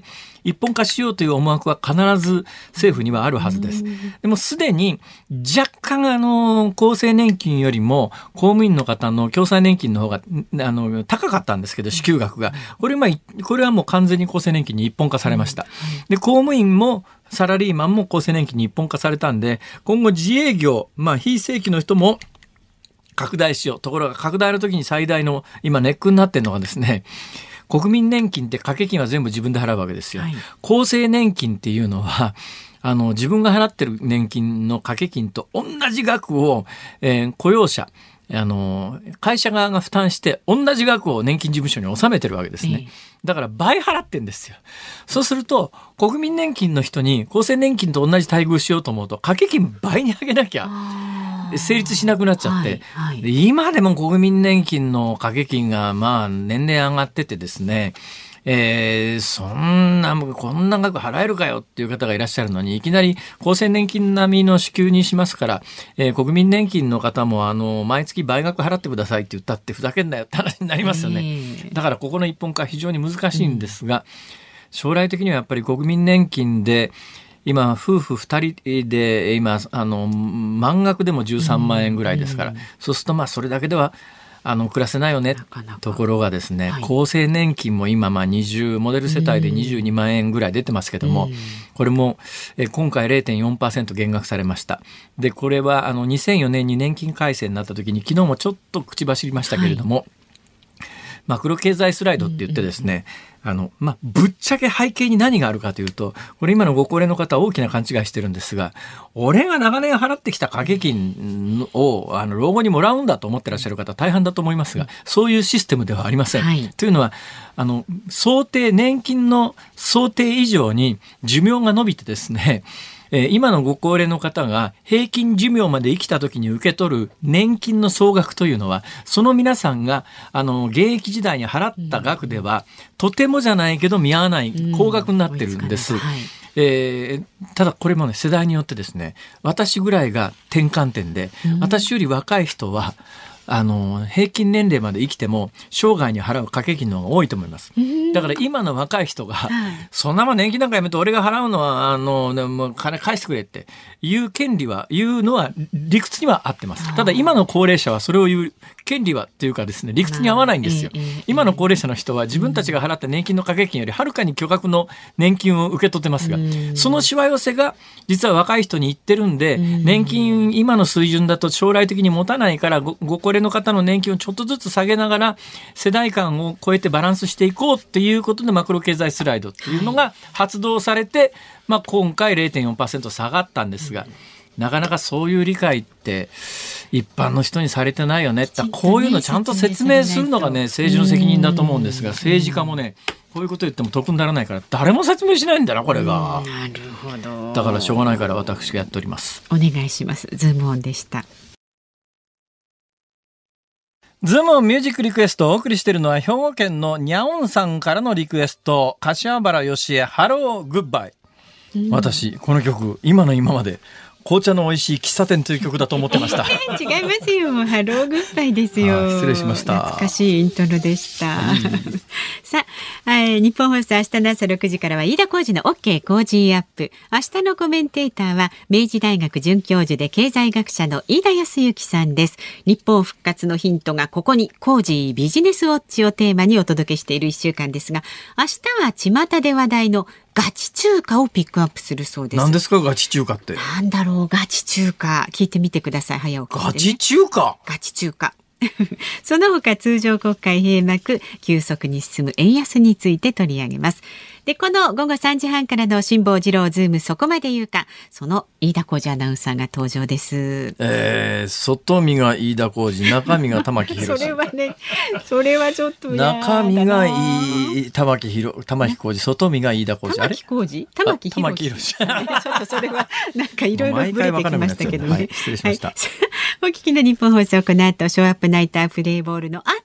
一本化しようという思惑は必ず政府にはあるはずです。でもすでに若干厚生年金よりも公務員の方の共済年金の方が高かったんですけど、支給額がこれはもう完全に厚生年金に一本化されました。で公務員もサラリーマンも厚生年金に一本化されたんで、今後自営業、非正規の人も拡大しよう。ところが拡大の時に最大の今ネックになっているのがですね、国民年金って掛け金は全部自分で払うわけですよ。厚生年金っていうのは自分が払ってる年金の掛け金と同じ額を、雇用者会社側が負担して同じ額を年金事務所に納めてるわけですね。だから倍払ってんですよ。そうすると国民年金の人に厚生年金と同じ待遇しようと思うと掛け金倍に上げなきゃ成立しなくなっちゃって、で今でも国民年金の掛け金が年々上がっててですね、こんな額払えるかよっていう方がいらっしゃるのに、いきなり厚生年金並みの支給にしますから、国民年金の方も毎月倍額払ってくださいって言ったってふざけんなよって話になりますよね。だからここの一本化は非常に難しいんですが、将来的にはやっぱり国民年金で今夫婦2人で今満額でも13万円ぐらいですから、そうするとそれだけでは暮らせないよね。ところがですね、厚生年金も今モデル世帯で22万円ぐらい出てますけども、これも今回 0.4% 減額されました。でこれは2004年に年金改正になった時に、昨日もちょっと口走りましたけれども、マクロ経済スライドって言ってですね、ぶっちゃけ背景に何があるかというと、これ今のご高齢の方は大きな勘違いしてるんですが、俺が長年払ってきた掛け金を老後にもらうんだと思ってらっしゃる方大半だと思いますが、そういうシステムではありません。というのは年金の想定以上に寿命が伸びてですね、今のご高齢の方が平均寿命まで生きた時に受け取る年金の総額というのは、その皆さんが現役時代に払った額ではとてもじゃないけど見合わない高額になってるんです。ただこれもね、世代によってですね、私ぐらいが転換点で、私より若い人は平均年齢まで生きても生涯に払う掛け金の方が多いと思います。だから今の若い人が、そんなもん年金なんかやめて俺が払うのはもう金返してくれって言うのは理屈には合ってます。ただ今の高齢者はそれを言う権利はっていうかですね、理屈に合わないんですよ。今の高齢者の人は自分たちが払った年金の掛け金よりはるかに巨額の年金を受け取ってますが、そのしわ寄せが実は若い人に言ってるんで、年金今の水準だと将来的に持たないから、ご高齢の方の年金をちょっとずつ下げながら世代間を超えてバランスしていこうっていうことで、マクロ経済スライドっていうのが発動されて、今回 0.4% 下がったんですが、なかなかそういう理解って一般の人にされてないよね。こういうのちゃんと説明するのがね、政治の責任だと思うんですが、政治家もね、こういうこと言っても得にならないから誰も説明しないんだな、これが。 なるほど。 だからしょうがないから私がやっております。 お願いします。ズームオンでした。 ズームオンミュージックリクエストをお送りしているのは、兵庫県のにゃおんさんからのリクエスト、柏原芳恵ハローグッバイ。私この曲今の今まで紅茶の美味しい喫茶店という曲だと思ってました。 違いますよ、ハローグッバイですよ。 失礼しました。 懐かしいイントロでした。さあ、日本放送明日の朝6時からは飯田浩司の OK コージーアップ。明日のコメンテーターは明治大学准教授で経済学者の飯田康之さんです。日本復活のヒントがここに、コージービジネスウォッチをテーマにお届けしている1週間ですが、明日は巷で話題のガチ中華をピックアップするそうです。 何ですかガチ中華って。 なんだろう、ガチ中華、聞いてみてください。早起きでね。 ガチ中華。 ガチ中華。その他通常国会閉幕、急速に進む円安について取り上げます。で、この午後3時半からの辛坊治郎ズームそこまで言うか、その飯田浩司アナウンサーが登場です。 外見が飯田浩司、中身が玉木宏。 それはね、それはちょっと中身が玉木浩司、外見が飯田浩司。 玉木浩司、玉木宏。ちょっとそれはなんかいろいろブレてきましたけどね。 失礼しました。 お聞きの日本放送、この後ショーアップナイタープレイボールの後は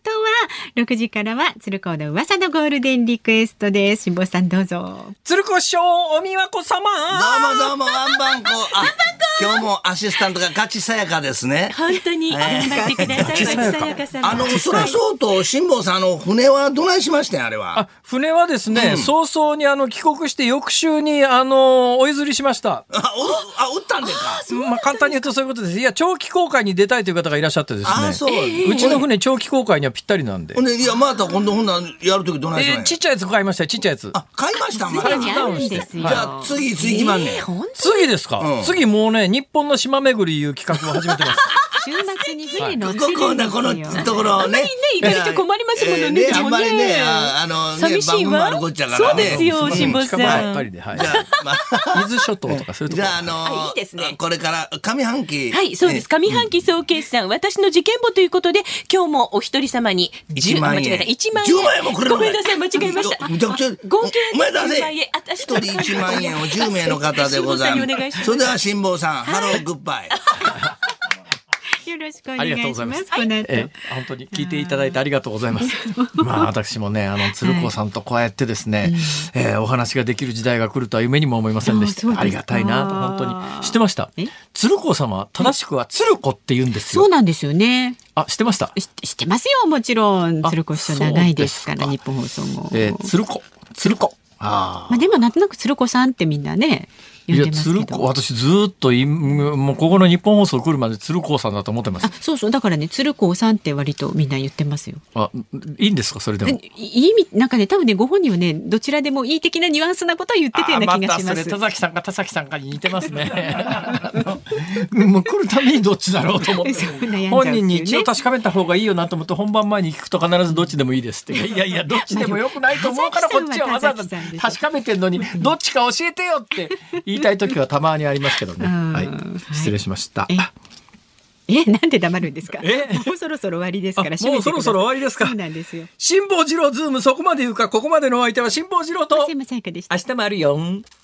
6時からは鶴光の噂のゴールデンリクエストです。辛坊さんどうぞ。 鶴子師匠、おみわこ様。 どうもワンバンコ。今日もアシスタントがガチさやかですね。 本当に頑張ってください。ガチさやか様。 そらそうと辛坊さん船はどないしましたんあれは。 船はですね、早々に帰国して翌週にお譲りしました。 売ったんでか。 簡単に言うとそういうことです。いや、長期航海に出たいという方がいらっしゃってですね。うちの船長期航海にはぴったりなんで。 いや、また今度やるときどないしまちっちゃいやつ買いましたよ、ちっちゃいやつ。 買いました。 すでにあるんですよ。 じゃあ次いつ行きまんねん。 次ですか。次もうね、日本の島巡りいう企画を始めてます。 週末に船乗ってるんですよ。 このところね。 行かないと困りますものね。 あんまりね、 寂しいわ。そうですよ、辛坊さん。 やっぱりで、はい。伊豆諸島とかそういうところ。 じゃあいいですね。 これから上半期。 はい、そうです。上半期総決算、私の事件簿ということで、今日もお一人様に 1万円。 1万円。 10万円もくれるの。 ごめんなさい、間違えました。 めちゃくちゃ。 合計お前だぜ。 1人 1万円を10名の方でございます。それでは辛坊さん、ハローグッバイ。 よろしくお願いします。本当に聞いていただいてありがとうございます。私もね、鶴光さんとこうやってですね、お話ができる時代が来るとは夢にも思いませんでした。ありがたいなと本当に。知ってました？鶴光様は正しくは鶴子って言うんですよ。 そうなんですよね。 知ってました？ 知ってますよ、もちろん。鶴子師匠長いですから、日本放送も。 鶴子。 でもなんとなく鶴子さんってみんなね。 いや、鶴子、私ずっともうここの日本放送来るまで鶴光さんだと思ってます。 そうだからね、鶴光さんって割とみんな言ってますよ。 いいんですか、それでも。 いい意味、なんかね、多分ね、ご本人はね、どちらでもいい的なニュアンスなことを言ってたような気がします。 それ田崎さんが似てますね。もう来るためにどっちだろうと思って本人に一応確かめた方がいいよなと思って、本番前に聞くと必ずどっちでもいいですって。いやどっちでもよくないと思うから、こっちはわざわざ確かめてんのにどっちか教えてよって言いたい時はたまにありますけどね。はい、失礼しました。 なんで黙るんですか。もうそろそろ終わりですから。 もうそろそろ終わりですか。 そうなんですよ。 辛坊治郎ズーム、そこまで言うか。ここまでのお相手は辛坊治郎と。 松山さやかでした。 明日もあるよ。